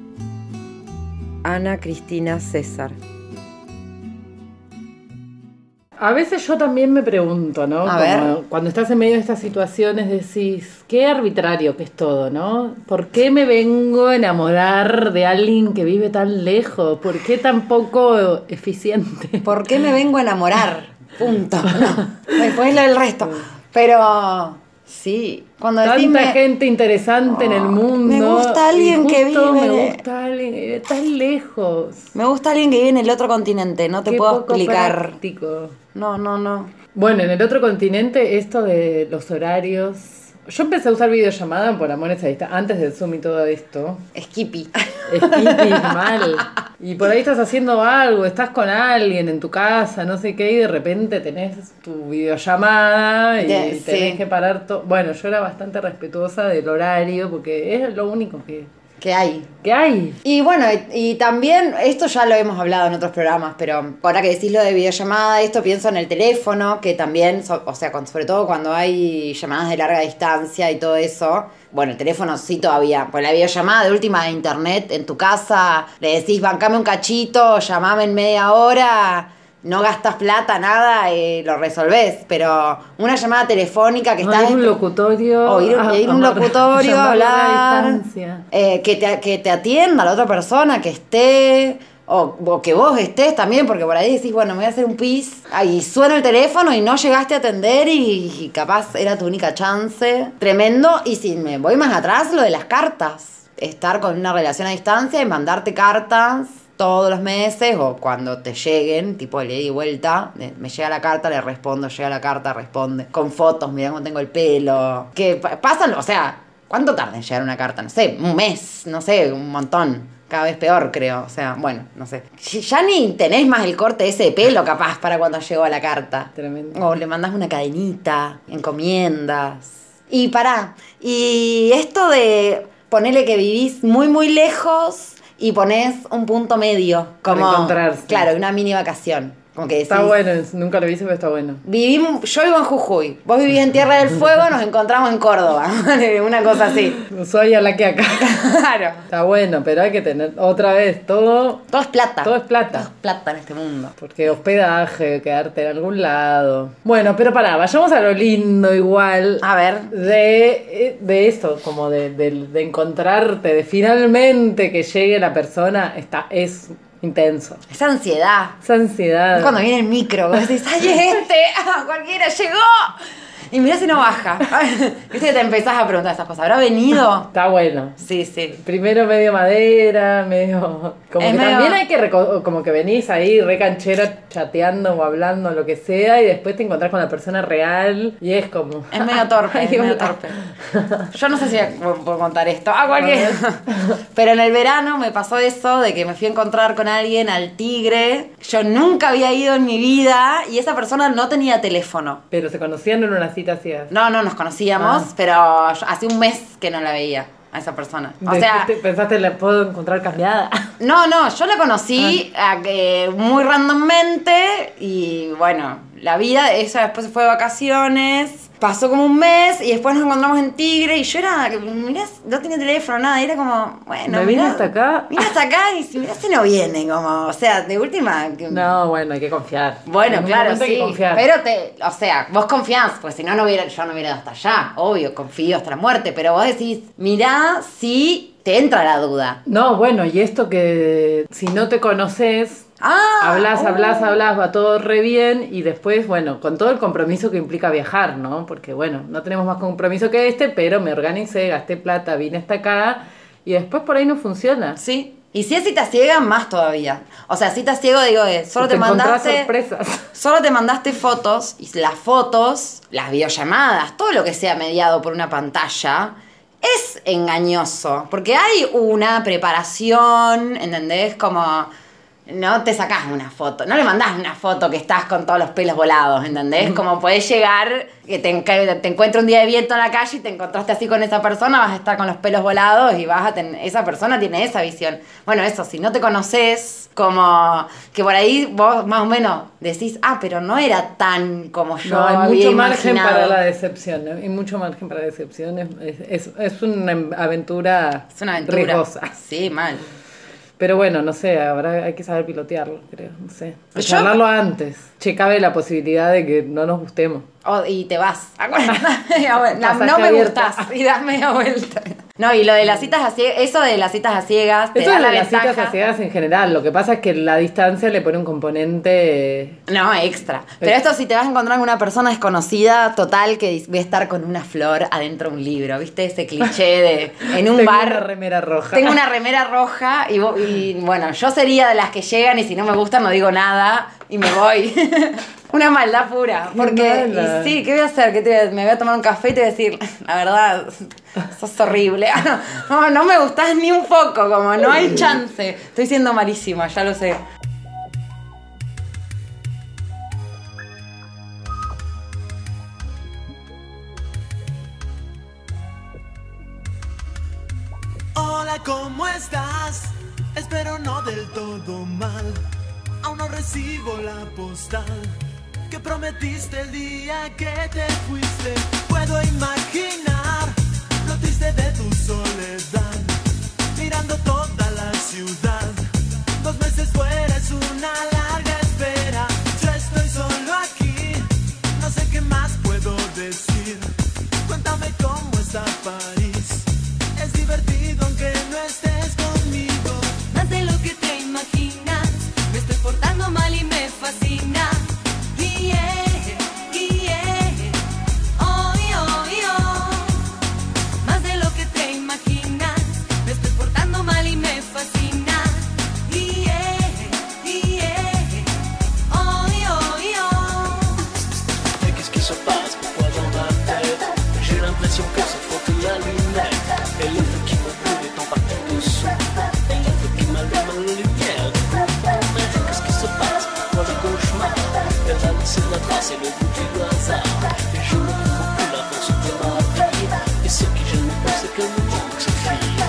Ana Cristina César. A veces yo también me pregunto, ¿no? A Como ver. Cuando estás en medio de estas situaciones decís, qué arbitrario que es todo, ¿no? ¿Por qué me vengo a enamorar de alguien que vive tan lejos? ¿Por qué tan poco eficiente? ¿Por qué me vengo a enamorar? Punto. No. Después lo del resto. Pero sí, cuando Tanta decís me- gente interesante en el mundo. me gusta alguien y que justo vive- Me gusta alguien que vive tan lejos. Me gusta alguien que vive en el otro continente, no te Qué puedo poco explicar. práctico. No, no, no. Bueno, en el otro continente, esto de los horarios. Yo empecé a usar videollamada por amores a distancia, antes del Zoom y todo esto. Skippy. Skippy, mal. Y por ahí estás haciendo algo, estás con alguien en tu casa, no sé qué, y de repente tenés tu videollamada y De- tenés sí. que parar todo. Bueno, yo era bastante respetuosa del horario porque es lo único que, ¿Qué hay? que hay. Y bueno, y, y también, esto ya lo hemos hablado en otros programas, pero ahora que decís lo de videollamada, esto pienso en el teléfono, que también, so- o sea, con- sobre todo cuando hay llamadas de larga distancia y todo eso. Bueno, el teléfono sí todavía, pues la videollamada de última de internet en tu casa, le decís, bancame un cachito, llamame en media hora, no gastas plata, nada, eh, lo resolvés. Pero una llamada telefónica que No, estás... ir a un locutorio. O ir, a- ir a un a- locutorio, llamarlo a hablar, distancia. eh, que, te, que te atienda la otra persona, que esté, o, o que vos estés también, porque por ahí decís, bueno, me voy a hacer un pis, y suena el teléfono y no llegaste a atender y, y capaz era tu única chance. Tremendo. Y si me voy más atrás, lo de las cartas. Estar con una relación a distancia y mandarte cartas todos los meses o cuando te lleguen, tipo el ida y vuelta, de- me llega la carta, le respondo, llega la carta, responde, con fotos, mirá cómo tengo el pelo, que pa- pasan, o sea, ¿cuánto tarda en llegar una carta? No sé, un mes, no sé, un montón, cada vez peor creo, o sea, bueno, no sé. Si ya ni tenés más el corte ese de pelo capaz para cuando llegó la carta. Tremendo. O le mandás una cadenita, encomiendas. Y pará, y esto de ponerle que vivís muy muy lejos y ponés un punto medio, como Para encontrarse. claro, una mini vacación, como que decís, Está bueno, es- nunca lo hice, pero está bueno. vivimos, yo vivo en Jujuy, vos vivís en Tierra del Fuego, nos encontramos en Córdoba, una cosa así. Soy a la que acá. Claro. Está bueno, pero hay que tener otra vez todo. Todo es plata. Todo es plata. Plata en este mundo. Porque hospedaje, quedarte en algún lado. Bueno, pero pará, vayamos a lo lindo igual. A ver. De, de esto, como de, de, de encontrarte, de finalmente que llegue la persona, está, es intenso. Esa ansiedad. Esa ansiedad. Es cuando viene el micro, vos decís, ¡ay, es este! ¡Ah, cualquiera llegó! Y mirá si no baja. Viste que te empezás a preguntar estas cosas. ¿Habrá venido? Está bueno. Sí, sí. Primero medio madera, medio... Como Es que medio- también hay que... reco- Como que venís ahí re canchera chateando o hablando, lo que sea, y después te encontrás con la persona real y es como... Es medio torpe, Ay, es medio hola. torpe. Yo no sé si puedo puedo contar esto. Ah, cualquier. Pero en el verano me pasó eso de que me fui a encontrar con alguien al Tigre. Yo nunca había ido en mi vida y esa persona no tenía teléfono. Pero se conocían en una cita así. No, no nos conocíamos, Ah. pero yo hace un mes que no la veía a esa persona. O ¿De sea, qué te- pensaste la puedo encontrar cambiada? no, no, yo la conocí Ah. a que muy randommente y bueno, la vida, ella después se fue de vacaciones, pasó como un mes y después nos encontramos en Tigre y yo era, mirá, no tenía teléfono, nada, y era como, bueno, ¿Me vine mirá, hasta acá? Mira hasta acá y si mirá si no viene, como, o sea, de última... que- No, bueno, hay que confiar. Bueno, En un claro, momento hay sí, que confiar. pero te, o sea, vos confiás, pues si no, no hubiera, yo no hubiera ido hasta allá, obvio, confío hasta la muerte, pero vos decís, mirá si te entra la duda. No, bueno, y esto que si no te conoces, Ah, hablas, oh. hablas, hablas, va todo re bien y después, bueno, con todo el compromiso que implica viajar, ¿no? Porque, bueno, no tenemos más compromiso que este, pero me organicé, gasté plata, vine hasta acá y después por ahí no funciona. Sí. Y si es cita ciega, más todavía. O sea, cita ciego, digo, eh, solo Te te, encontrás mandaste. sorpresas. Solo te mandaste fotos, y las fotos, las videollamadas, todo lo que sea mediado por una pantalla, es engañoso. Porque hay una preparación, ¿entendés? Como. no te sacás una foto, no le mandás una foto que estás con todos los pelos volados, ¿entendés? Como podés llegar, que te, te encuentra un día de viento en la calle y te encontraste así con esa persona, vas a estar con los pelos volados y vas a tener, esa persona tiene esa visión. Bueno, eso, si no te conoces, como que por ahí vos más o menos decís, ah, pero no era tan como yo no, hay había mucho margen imaginado. para la decepción, ¿no? Hay mucho margen para la decepción, es, es, es una aventura Es una aventura. riesgosa. Sí, mal. Pero bueno, no sé, habrá, hay que saber pilotearlo, creo, no sé. Yo- Charlarlo antes. Che, cabe la posibilidad de que no nos gustemos. Oh, y te vas. No, Pasaje no me abierto. gustás. Y das media vuelta. No, y lo de las citas a ciegas, eso de las citas a ciegas, te Eso da es la de las ventaja. citas a ciegas en general. Lo que pasa es que la distancia le pone un componente. No, extra. Pero esto si te vas a encontrar con una persona desconocida, total, que va a estar con una flor adentro de un libro, ¿viste? Ese cliché de en un Tengo bar. una remera roja. Tengo una remera roja y, vo- y bueno, yo sería de las que llegan y si no me gustan no digo nada y me voy. Una maldad pura. Porque, mala. y sí, ¿qué voy a hacer? ¿Qué te voy a- me voy a tomar un café y te voy a decir, la verdad, sos horrible. No, no me gustás ni un poco, como no hay chance. Estoy siendo malísima, ya lo sé. Hola, ¿cómo estás? Espero no del todo mal. Aún no recibo la postal que prometiste el día que te fuiste. Puedo imaginar lo triste de tu soledad, mirando toda la ciudad. Dos meses fuera es una larga espera. Yo estoy solo aquí, no sé qué más puedo decir. Cuéntame cómo está París. Es divertido aunque no estés conmigo. Más de lo que te imaginas, me estoy portando mal y me fascina. Yeah, yeah, oh, oh, oh. Más de lo que te imaginas, me estoy portando mal y me fascina. Yeah, yeah, oh, oh, oh. Mais qu'est-ce qui se passe? Pourquoi dans ma tête j'ai l'impression que c'est trop que la lunette. Et le feu qui me brûle est en partie dessous. Et le feu qui m'allume la lumière. Mais qu'est-ce qui se passe? Pourquoi le cauchemar? Elle a laissé la trace et le goût du hasard. Et je ne trouve plus la force de ma vie. Et ce qui gêne le plus c'est qu'elle me manque, cette fille.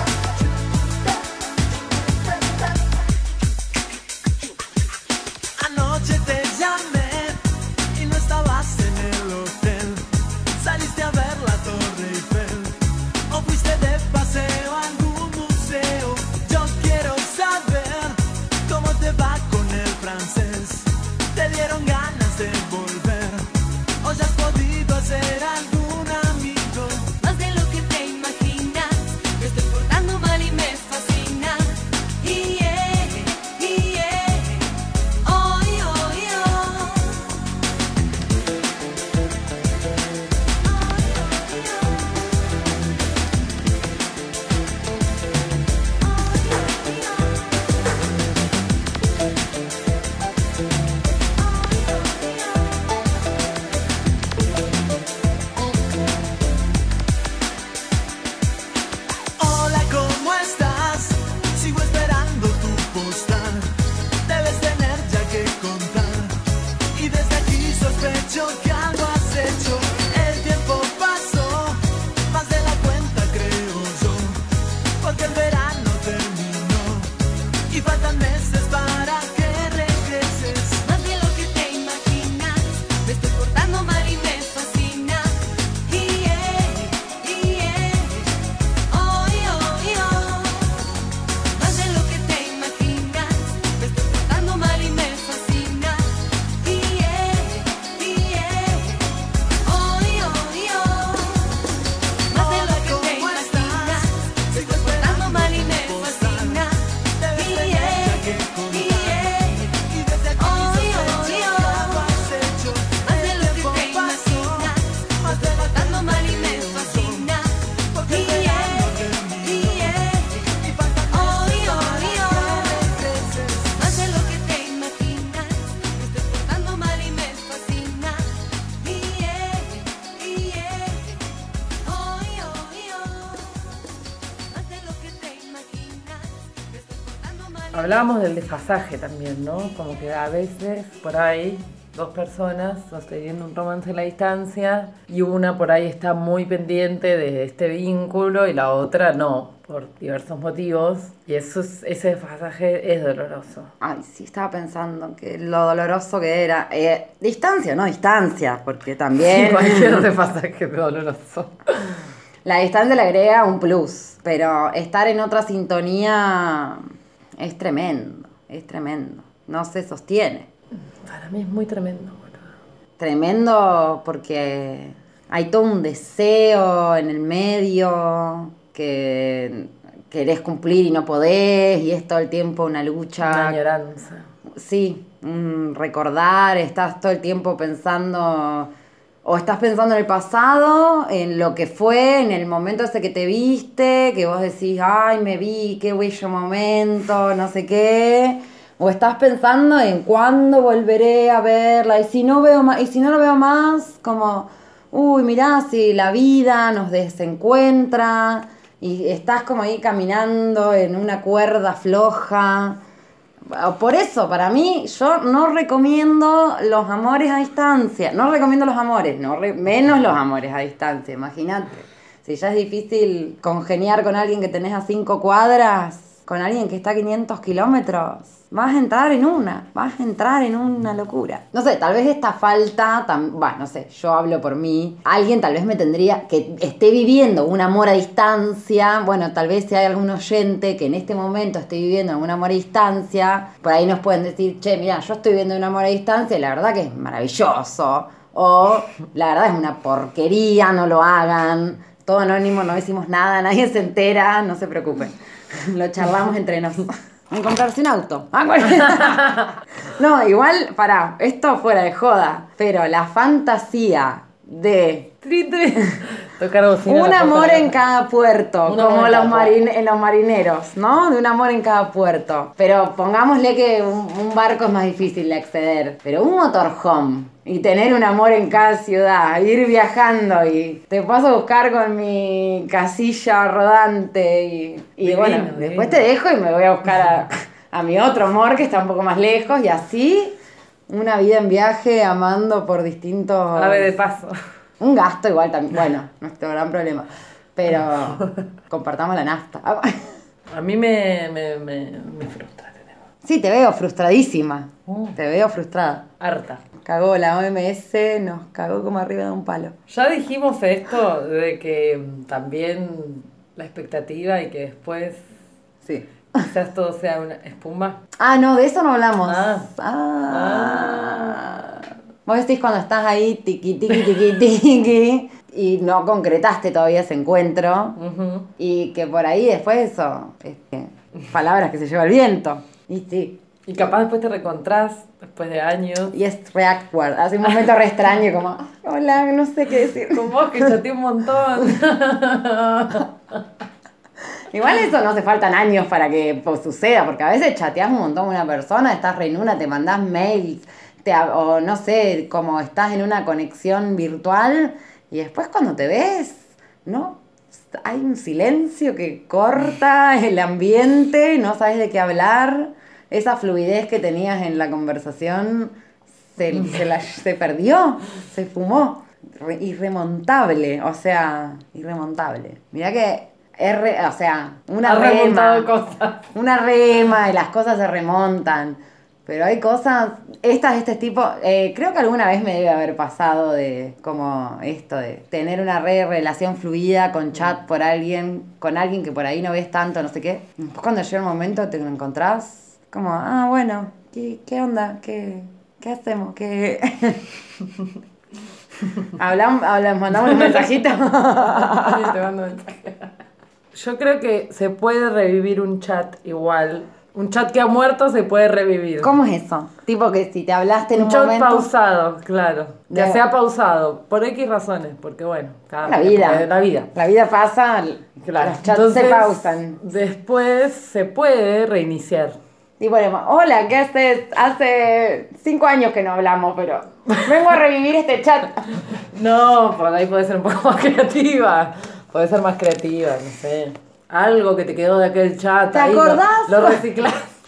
Anoche te llamé y no estabas en el hotel. Saliste a ver la Torre Eiffel o fuiste de paseo a algún museo. Yo quiero saber cómo te va con el francés. ¿Te dieron ganas de volver o ya has podido hacer algún amigo? Más de lo que te imaginas, me estoy portando mal y me fascina. Yeah, yeah, oh, oh, oh. hablábamos del desfasaje también, ¿no? Como que a veces por ahí dos personas sosteniendo un romance a la distancia y una por ahí está muy pendiente de este vínculo y la otra no, por diversos motivos, y eso es, ese desfasaje es doloroso. Ay, sí, estaba pensando que lo doloroso que era. Eh, distancia, no distancia, porque también... Sí, cualquier desfasaje es doloroso. La distancia le agrega un plus, pero estar en otra sintonía es tremendo, es tremendo. No se sostiene. Para mí es muy tremendo. Bueno. Tremendo porque hay todo un deseo en el medio que querés cumplir y no podés, y es todo el tiempo una lucha. Una añoranza. Sí, un recordar, estás todo el tiempo pensando, o estás pensando en el pasado, en lo que fue, en el momento ese que te viste, que vos decís, ay, me vi, qué bello momento, no sé qué. O estás pensando en cuándo volveré a verla, y si no veo más, y si no lo veo más, como, uy, mirá, si la vida nos desencuentra, y estás como ahí caminando en una cuerda floja. Por eso, para mí, yo no recomiendo los amores a distancia, no recomiendo los amores, no re, menos los amores a distancia, imagínate. Si ya es difícil congeniar con alguien que tenés a cinco cuadras, con alguien que está a quinientos kilómetros, vas a entrar en una, vas a entrar en una locura. No sé, tal vez esta falta, tam, bueno, no sé, yo hablo por mí, alguien tal vez me tendría, que esté viviendo un amor a distancia, bueno, tal vez si hay algún oyente que en este momento esté viviendo un amor a distancia, por ahí nos pueden decir, che, mira, yo estoy viviendo un amor a distancia y la verdad que es maravilloso, o la verdad es una porquería, no lo hagan, todo anónimo, no decimos nada, nadie se entera, no se preocupen. Lo charlamos entre nosotros. En comprarse un auto. Ah, bueno. No, igual, pará, esto fuera de joda, pero la fantasía de tocar bocina, un amor en cada puerto, un como en los, cada marin en los marineros, ¿no? De un amor en cada puerto. Pero pongámosle que un, un barco es más difícil de acceder, pero un motorhome y tener un amor en cada ciudad, ir viajando y te paso a buscar con mi casilla rodante y, y divino, bueno, divino. Después te dejo y me voy a buscar a, a mi otro amor que está un poco más lejos y así una vida en viaje amando por distintos... Ave de paso. Un gasto igual también, bueno, nuestro gran problema, pero compartamos la nafta. A mí me, me, me, me frustra. Sí, te veo frustradísima, uh. te veo frustrada. Harta. Cagó la O M S, nos cagó como arriba de un palo. Ya dijimos esto de que también la expectativa y que después sí. quizás todo sea una espuma. Ah, no, de eso no hablamos. Ah. Ah. ah. Vos decís cuando estás ahí tiqui, tiqui, tiqui, tiqui y no concretaste todavía ese encuentro uh-huh. y que por ahí después eso, este, palabras que se lleva el viento. Y sí. Y capaz después te reencontrás, después de años. Y es re awkward, hace un momento re extraño, como, hola, no sé qué decir. Con vos que chateé un montón. Igual eso no hace faltan años para que pues, suceda, porque a veces chateás un montón con una persona, estás re en una, te mandás mails, te, o no sé, como estás en una conexión virtual, y después cuando te ves, ¿no? Hay un silencio que corta el ambiente, no sabes de qué hablar. Esa fluidez que tenías en la conversación se, se, la, se perdió, se fumó. Re, irremontable, o sea, irremontable. Mirá que, es re, o sea, una ha rema, cosas. una rema y las cosas se remontan. Pero hay cosas, estas de este tipo, eh, creo que alguna vez me debe haber pasado de como esto de tener una re relación fluida con chat por alguien, con alguien que por ahí no ves tanto, no sé qué. Después cuando llega el momento te lo encontrás, como, ah, bueno, ¿qué, qué onda? ¿Qué, qué hacemos? ¿Qué? Hablamos, hablamos, mandamos un mensajito. Te mando un mensaje. Yo creo que se puede revivir un chat igual. Un chat que ha muerto se puede revivir. ¿Cómo es eso? Tipo que si te hablaste en un, un chat momento... pausado, claro. Ya de... sea pausado, por X razones, porque bueno, cada la vida. La vida. La vida pasa, claro. Los chats Entonces, se pausan. Después se puede reiniciar. Y ponemos, hola, ¿qué haces? Hace cinco años que no hablamos, pero vengo a revivir este chat. No, por ahí puede ser un poco más creativa. Puede ser más creativa, no sé. Algo que te quedó de aquel chat. ¿Te ahí acordás? Lo, lo reciclás.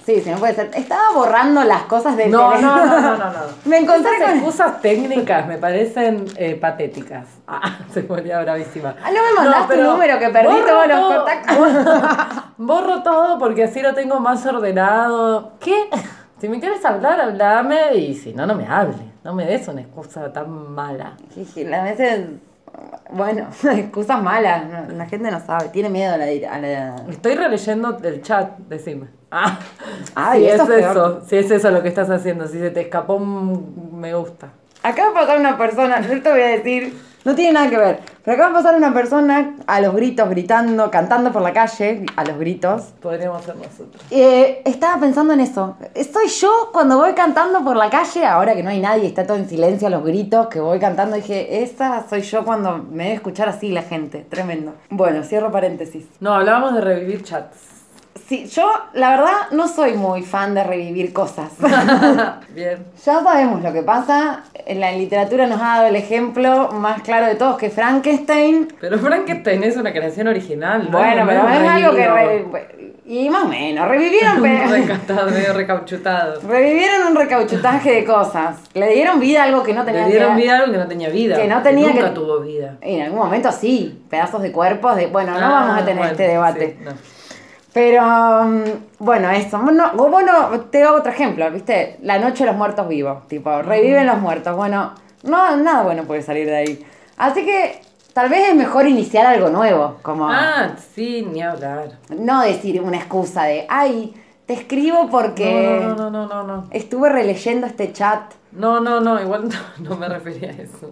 Sí, sí, no puede ser. Estaba borrando las cosas del No, teléfono. no, no, no, no, no. Me encontré Esas con... excusas técnicas me parecen eh, patéticas. Ah, se ponía bravísima. Ah, no me mandaste un número que perdí borro todos los todo, contactos. Borro, borro todo porque así lo tengo más ordenado. ¿Qué? Si me quieres hablar, hablame, y si no, no me hables. No me des una excusa tan mala. A veces, bueno, excusas malas, no, la gente no sabe, tiene miedo a la, a la... Estoy releyendo el chat, decime. Ah, Ay, si eso es es eso, si es eso lo que estás haciendo, si se te escapó un me gusta. Acaba de pasar una persona, yo te voy a decir, no tiene nada que ver, pero acaba de pasar una persona a los gritos, gritando, cantando por la calle, a los gritos. Podríamos ser nosotros. Eh, estaba pensando en eso. Soy yo cuando voy cantando por la calle, ahora que no hay nadie, está todo en silencio a los gritos, que voy cantando, dije, esa soy yo cuando me debe escuchar así la gente. Tremendo. Bueno, cierro paréntesis. No, hablábamos de revivir chats. Sí, yo la verdad no soy muy fan de revivir cosas. Bien. Ya sabemos lo que pasa. En la literatura nos ha dado el ejemplo más claro de todos, que Frankenstein. Pero Frankenstein es una creación original, ¿no? Bueno, no pero es, es algo que... Re... Re... Y más o menos, revivieron... Recatado, medio recauchutado. Revivieron un recauchutaje de cosas. Le dieron vida a algo que no tenía vida. Le dieron vida a algo que no tenía vida. Que no tenía que nunca que... tuvo vida. Y en algún momento sí, pedazos de cuerpos de... Bueno, no ah, vamos a tener bueno, este debate. Sí, no. Pero, bueno, eso. Bueno, bueno, te hago otro ejemplo, ¿viste? La noche de los muertos vivos. Tipo, reviven los muertos. Bueno, no, nada bueno puede salir de ahí. Así que, tal vez es mejor iniciar algo nuevo. Como, ah, sí, ni hablar. No decir una excusa de, ay, te escribo porque... No, no, no, no, no, no. Estuve releyendo este chat. No, no, no, igual no, no me refería a eso.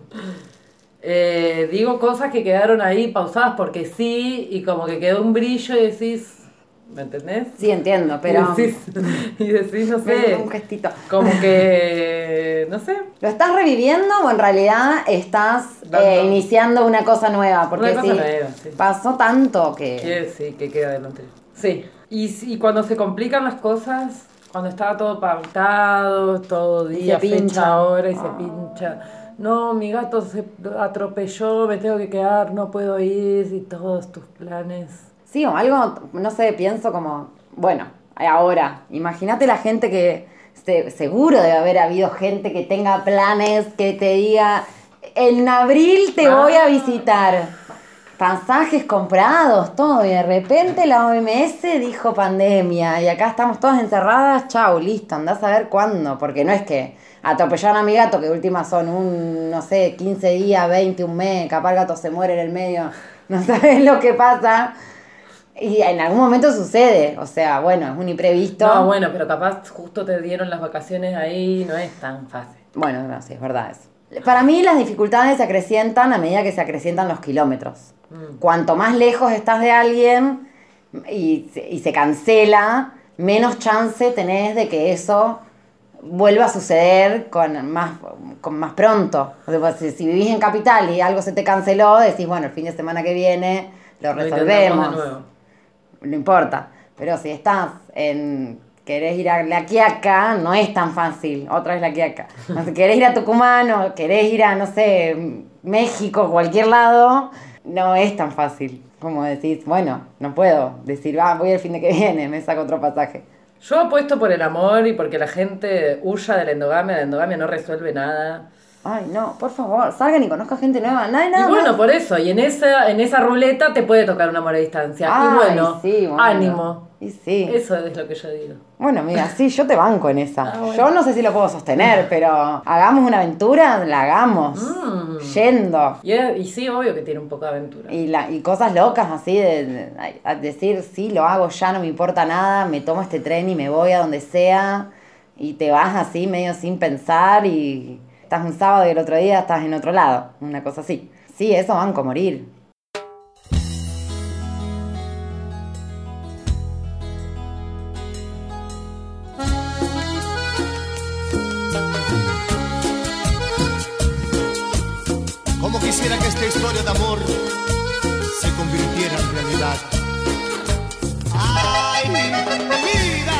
Eh, digo cosas que quedaron ahí pausadas porque sí, y como que quedó un brillo y decís... ¿Me entendés? Sí, entiendo, pero... Y decís, y decís no sé... Un gestito. Como que... no sé. ¿Lo estás reviviendo o en realidad estás eh, iniciando una cosa nueva? Porque una cosa sí, nueva, sí. Pasó tanto que... Sí, sí, que queda delante. Sí. Y, y cuando se complican las cosas, cuando estaba todo pautado, todo día, fecha, hora y oh. se pincha... No, mi gato se atropelló, me tengo que quedar, no puedo ir, y todos tus planes... Sí, o algo, no sé, pienso como, bueno, ahora, imagínate la gente que, se, seguro debe haber habido gente que tenga planes, que te diga, en abril te ah. voy a visitar, pasajes comprados, todo, y de repente la O M S dijo pandemia, y acá estamos todas encerradas, chau, listo, andás a ver cuándo, porque no es que atropellaron a mi gato, que de última son un, no sé, quince días, veinte, un mes, capaz el gato se muere en el medio, no sabes lo que pasa... Y en algún momento sucede, o sea, bueno, es un imprevisto. No, bueno, pero capaz justo te dieron las vacaciones ahí, no es tan fácil. Bueno, no, sí, es verdad eso. Para mí las dificultades se acrecientan a medida que se acrecientan los kilómetros. Mm. Cuanto más lejos estás de alguien y, y se cancela, menos chance tenés de que eso vuelva a suceder con más, con más pronto. O sea, si, si vivís en Capital y algo se te canceló, decís, bueno, el fin de semana que viene lo resolvemos. Lo no importa, pero si estás en, querés ir a La Quiaca, no es tan fácil, otra vez La Quiaca, no sé, querés ir a Tucumán o querés ir a, no sé, México, cualquier lado, no es tan fácil, como decís, bueno, no puedo decir, ah, voy el fin de que viene, me saco otro pasaje. Yo apuesto por el amor y porque la gente huya de la endogamia, la endogamia no resuelve nada. Ay, no, por favor, salgan y conozcan gente nueva, nada, nada. Y bueno, más. por eso, y en esa, en esa ruleta te puede tocar un amor a distancia. Ay, y bueno, sí, bueno, ánimo. Y sí. Eso es lo que yo digo. Bueno, amiga, sí, yo te banco en esa. Ah, bueno. Yo no sé si lo puedo sostener, pero hagamos una aventura, la hagamos. Mm. Yendo. Y, y sí, obvio que tiene un poco de aventura. Y, la, y cosas locas así, de, de, de decir, sí, lo hago ya, no me importa nada, me tomo este tren y me voy a donde sea. Y te vas así, medio sin pensar y... Estás un sábado y el otro día estás en otro lado, una cosa así. Sí, eso banco morir. Como quisiera que esta historia de amor se convirtiera en realidad. ¡Ay, mi vida!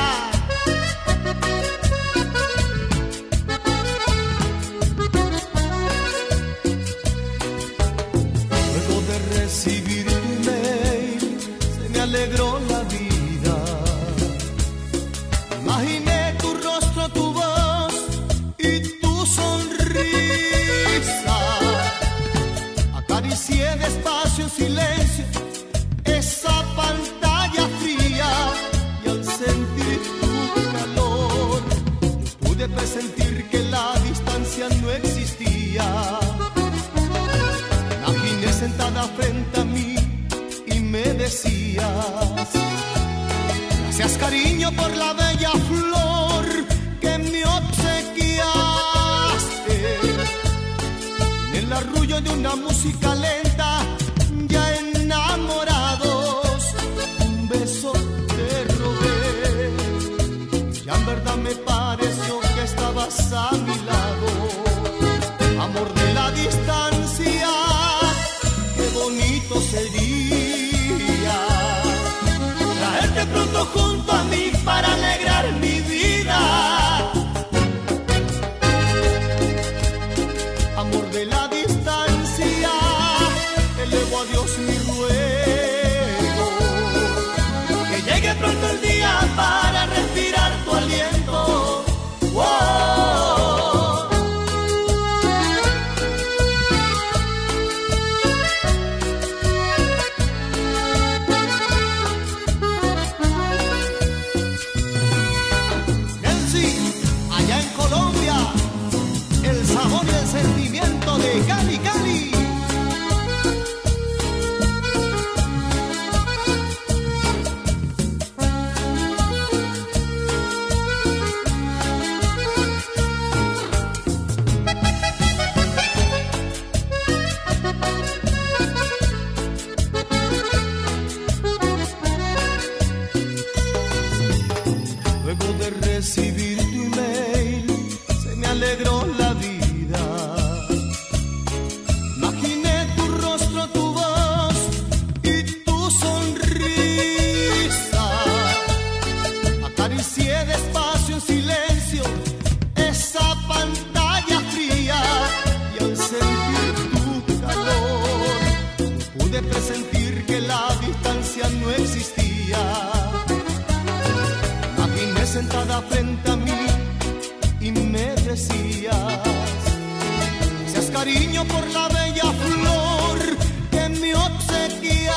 Recibir tu mail, se me alegró la vida. silencio esa pantalla fría y al sentir tu calor yo pude presentir que la distancia no existía. Me imaginé sentada frente a mí y me decías: gracias cariño por la bella flor que me obsequiaste. En el arrullo de una música lenta, ya enamorados, un beso te robé. Ya en verdad me pareció que estabas a mi lado. Amor de la distancia, qué bonito sería traerte pronto junto a mí para alegrar mi vida. Amor de la distancia, elevo a Dios mi ruego, que llegue pronto el día para respirar tu aliento. ¡Wow! Allá en Colombia, el sabor y el sentimiento de Cali, Cali. Luego de recibir tu email, se me alegró la vida. Imaginé tu rostro, tu voz y tu sonrisa. Acaricié despacio en silencio esa pantalla fría y al sentir tu calor pude presentir que la distancia no existía. Imaginé sentada frente a mí y me decías: gracias cariño por la bella flor que me obsequiaste.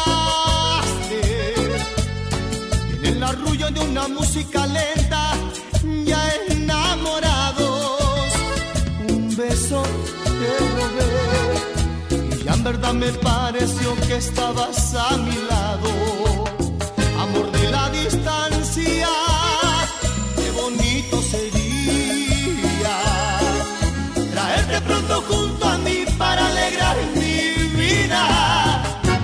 En el arrullo de una música lenta, ya enamorados, un beso te robé. Y ya en verdad me pareció que estabas a mi lado. Amor de la distancia, qué bonito sería traerte pronto junto a mí para alegrar mi vida.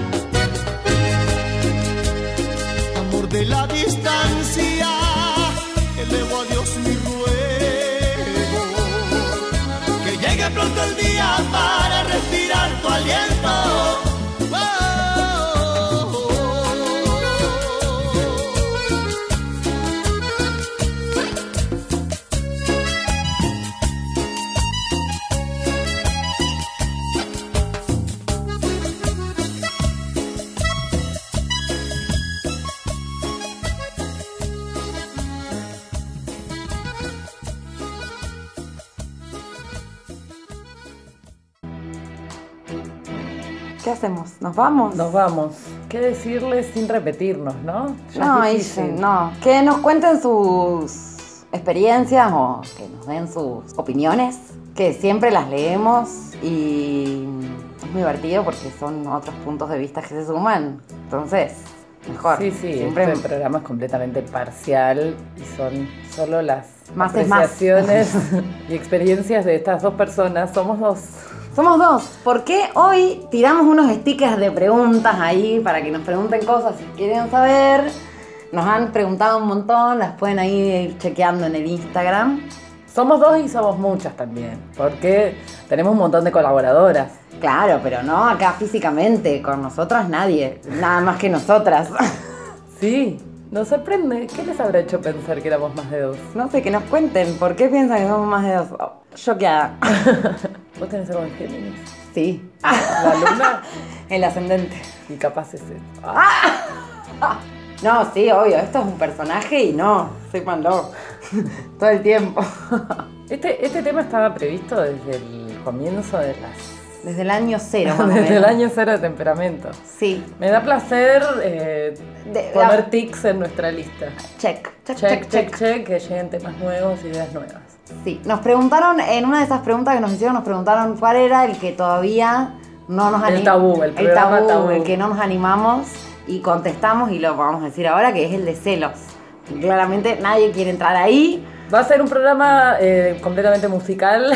Amor de la distancia, elevo a Dios mi ruego, que llegue pronto el día para respirar tu aliento. ¿Qué hacemos? ¿Nos vamos? Nos vamos. ¿Qué decirles sin repetirnos, no? Ya no, es Ise, no. Que nos cuenten sus experiencias o que nos den sus opiniones, que siempre las leemos y es muy divertido porque son otros puntos de vista que se suman. Entonces, mejor. Sí, sí, siempre este programa es completamente parcial y son solo las más apreciaciones y experiencias de estas dos personas. Somos dos. Somos dos, porque hoy tiramos unos stickers de preguntas ahí para que nos pregunten cosas si quieren saber. Nos han preguntado un montón, las pueden ahí ir chequeando en el Instagram. Somos dos y somos muchas también, porque tenemos un montón de colaboradoras. Claro, pero no acá físicamente, con nosotras nadie, nada más que nosotras. Sí, nos sorprende. ¿Qué les habrá hecho pensar que éramos más de dos? No sé, que nos cuenten, ¿por qué piensan que somos más de dos? Oh, choqueada. ¿Vos tenés algo en Géminis? Sí. ¿La luna? El ascendente. Y capaz es eso. Ah. No, sí, obvio, esto es un personaje y no, soy Pandó. Todo el tiempo. Este, este tema estaba previsto desde el comienzo de las Desde el año cero, más o Desde menos. el año cero de temperamento. Sí. Me da placer eh, De- poner la- tics en nuestra lista. Check, check, Check, check, check, check. check, que lleguen temas nuevos, ideas nuevas. Sí, nos preguntaron, en una de esas preguntas que nos hicieron, nos preguntaron cuál era el que todavía no nos El anim- tabú, el programa tabú. el que no nos animamos y contestamos y lo vamos a decir ahora, que es el de celos. Claramente nadie quiere entrar ahí. Va a ser un programa eh, completamente musical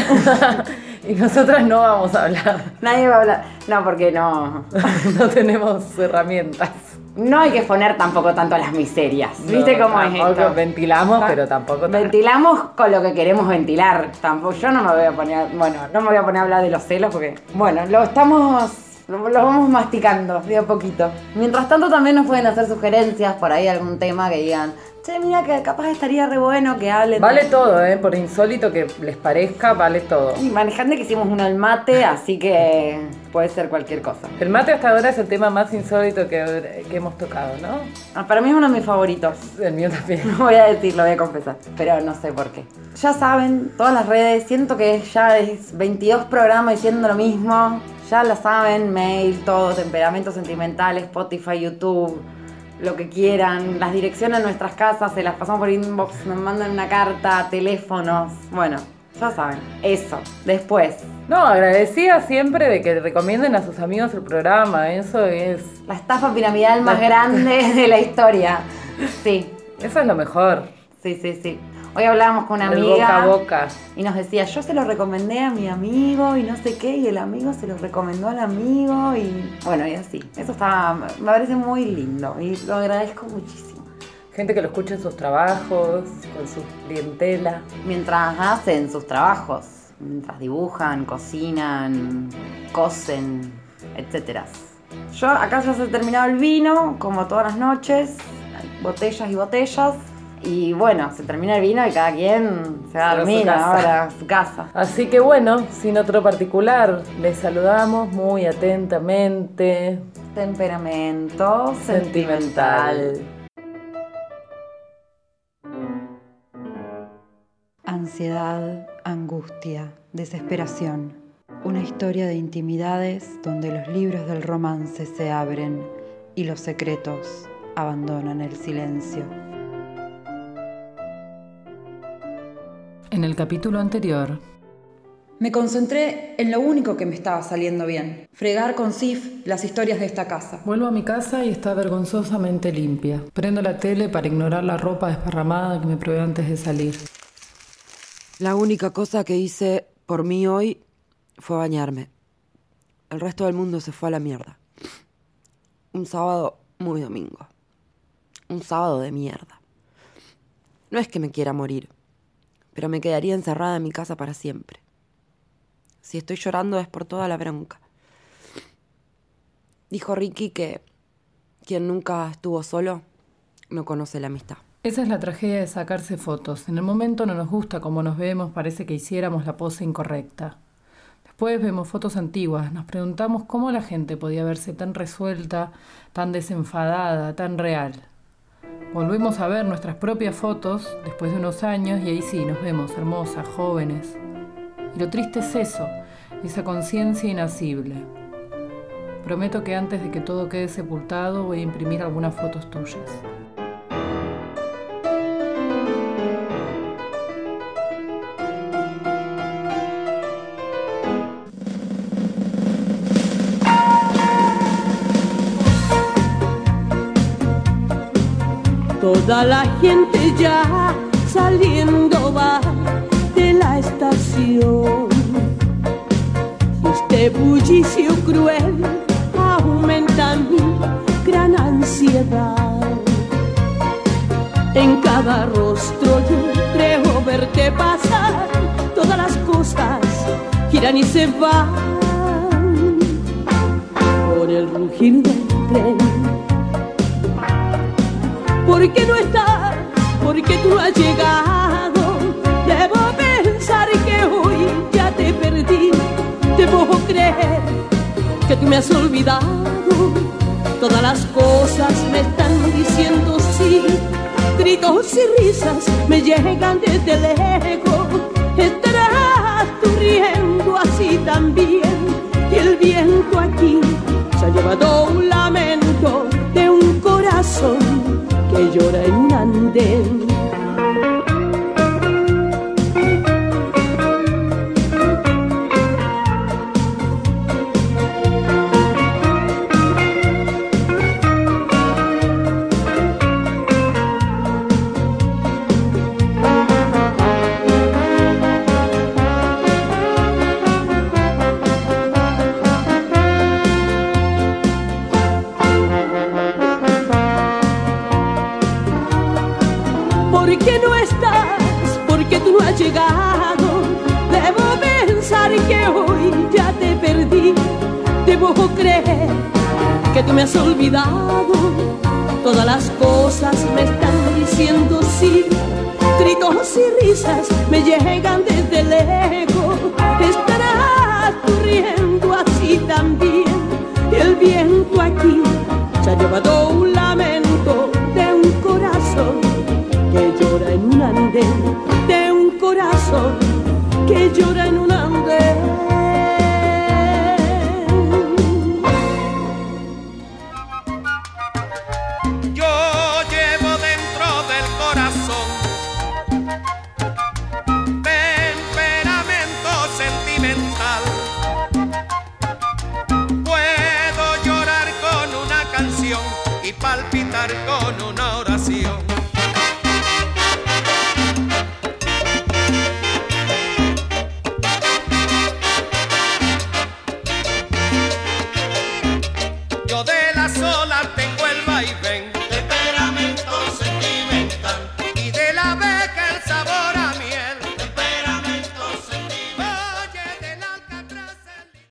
y nosotras no vamos a hablar. Nadie va a hablar. No, porque no. No tenemos herramientas. No hay que poner tampoco tanto las miserias. ¿Viste No, cómo es tampoco esto? ventilamos, Ah, pero tampoco tanto. Ventilamos con lo que queremos ventilar. Tampoco, yo no me voy a poner, bueno, no me voy a poner a hablar de los celos porque, bueno, lo estamos, lo, lo vamos masticando de a poquito. Mientras tanto también nos pueden hacer sugerencias por ahí, algún tema que digan, che, mira que capaz estaría re bueno que hablen. Vale todo, ¿eh? Por insólito que les parezca, vale todo. Y manejando que hicimos uno al mate, así que puede ser cualquier cosa. El mate hasta ahora es el tema más insólito que, que hemos tocado, ¿no? Ah, para mí es uno de mis favoritos. El mío también. No voy a decir, lo voy a confesar, pero no sé por qué. Ya saben, todas las redes, siento que ya es veintidós programas diciendo lo mismo. Ya lo saben, mail, todo, temperamento sentimental, Spotify, YouTube, lo que quieran. Las direcciones de nuestras casas se las pasamos por inbox, nos mandan una carta, teléfonos. Bueno, ya saben, eso. Después, No, agradecida siempre de que recomienden a sus amigos el programa, eso es... la estafa piramidal más La- grande de la historia. Sí, Eso es lo mejor. sí, sí, sí. Hoy hablábamos con una El amiga. boca a boca. Y nos decía, yo se lo recomendé a mi amigo y no sé qué, y el amigo se lo recomendó al amigo y bueno, y así. Eso está, me parece muy lindo y lo agradezco muchísimo. Gente que lo escucha en sus trabajos, con su clientela. Mientras hacen sus trabajos, mientras dibujan, cocinan, cosen, etcétera. Yo acá ya se ha terminado el vino, como todas las noches, hay botellas y botellas. Y bueno, se termina el vino y cada quien se va a Se va a su dormir casa. ahora a su casa. Así que bueno, sin otro particular, les saludamos muy atentamente. Temperamento sentimental. Ansiedad, angustia, desesperación. Una historia de intimidades donde los libros del romance se abren y los secretos abandonan el silencio. En el capítulo anterior, me concentré en lo único que me estaba saliendo bien. Fregar con Sif las historias de esta casa. Vuelvo a mi casa y está vergonzosamente limpia. Prendo la tele para ignorar la ropa desparramada que me probé antes de salir. La única cosa que hice por mí hoy fue bañarme. El resto del mundo se fue a la mierda. Un sábado muy domingo. Un sábado de mierda. No es que me quiera morir, pero me quedaría encerrada en mi casa para siempre. Si estoy llorando es por toda la bronca. Dijo Ricky que quien nunca estuvo solo no conoce la amistad. Esa es la tragedia de sacarse fotos. En el momento no nos gusta cómo nos vemos, parece que hiciéramos la pose incorrecta. Después vemos fotos antiguas, nos preguntamos cómo la gente podía verse tan resuelta, tan desenfadada, tan real. Volvemos a ver nuestras propias fotos después de unos años y ahí sí nos vemos hermosas, jóvenes. Y lo triste es eso, esa conciencia inacible. Prometo que antes de que todo quede sepultado voy a imprimir algunas fotos tuyas. Toda la gente ya saliendo va de la estación. Y este bullicio cruel aumenta mi gran ansiedad. En cada rostro yo creo verte pasar. Todas las cosas giran y se van por el rugir del tren. ¿Por qué no estás? ¿Por qué tú no has llegado? Debo pensar que hoy ya te perdí. Debo creer que tú me has olvidado. Todas las cosas me están diciendo sí. Gritos y risas me llegan desde lejos. Estarás tú riendo así también. Y viento aquí se ha llevado un lamento de un corazón que llora en un andén. Llegado, debo pensar que hoy ya te perdí, debo creer que tú me has olvidado, todas las cosas me están diciendo sí, gritos y risas me llegan desde lejos, estarás tú riendo así también, y el viento aquí se ha llevado un lamento de un corazón que llora en un andén, de un corazón que llora en un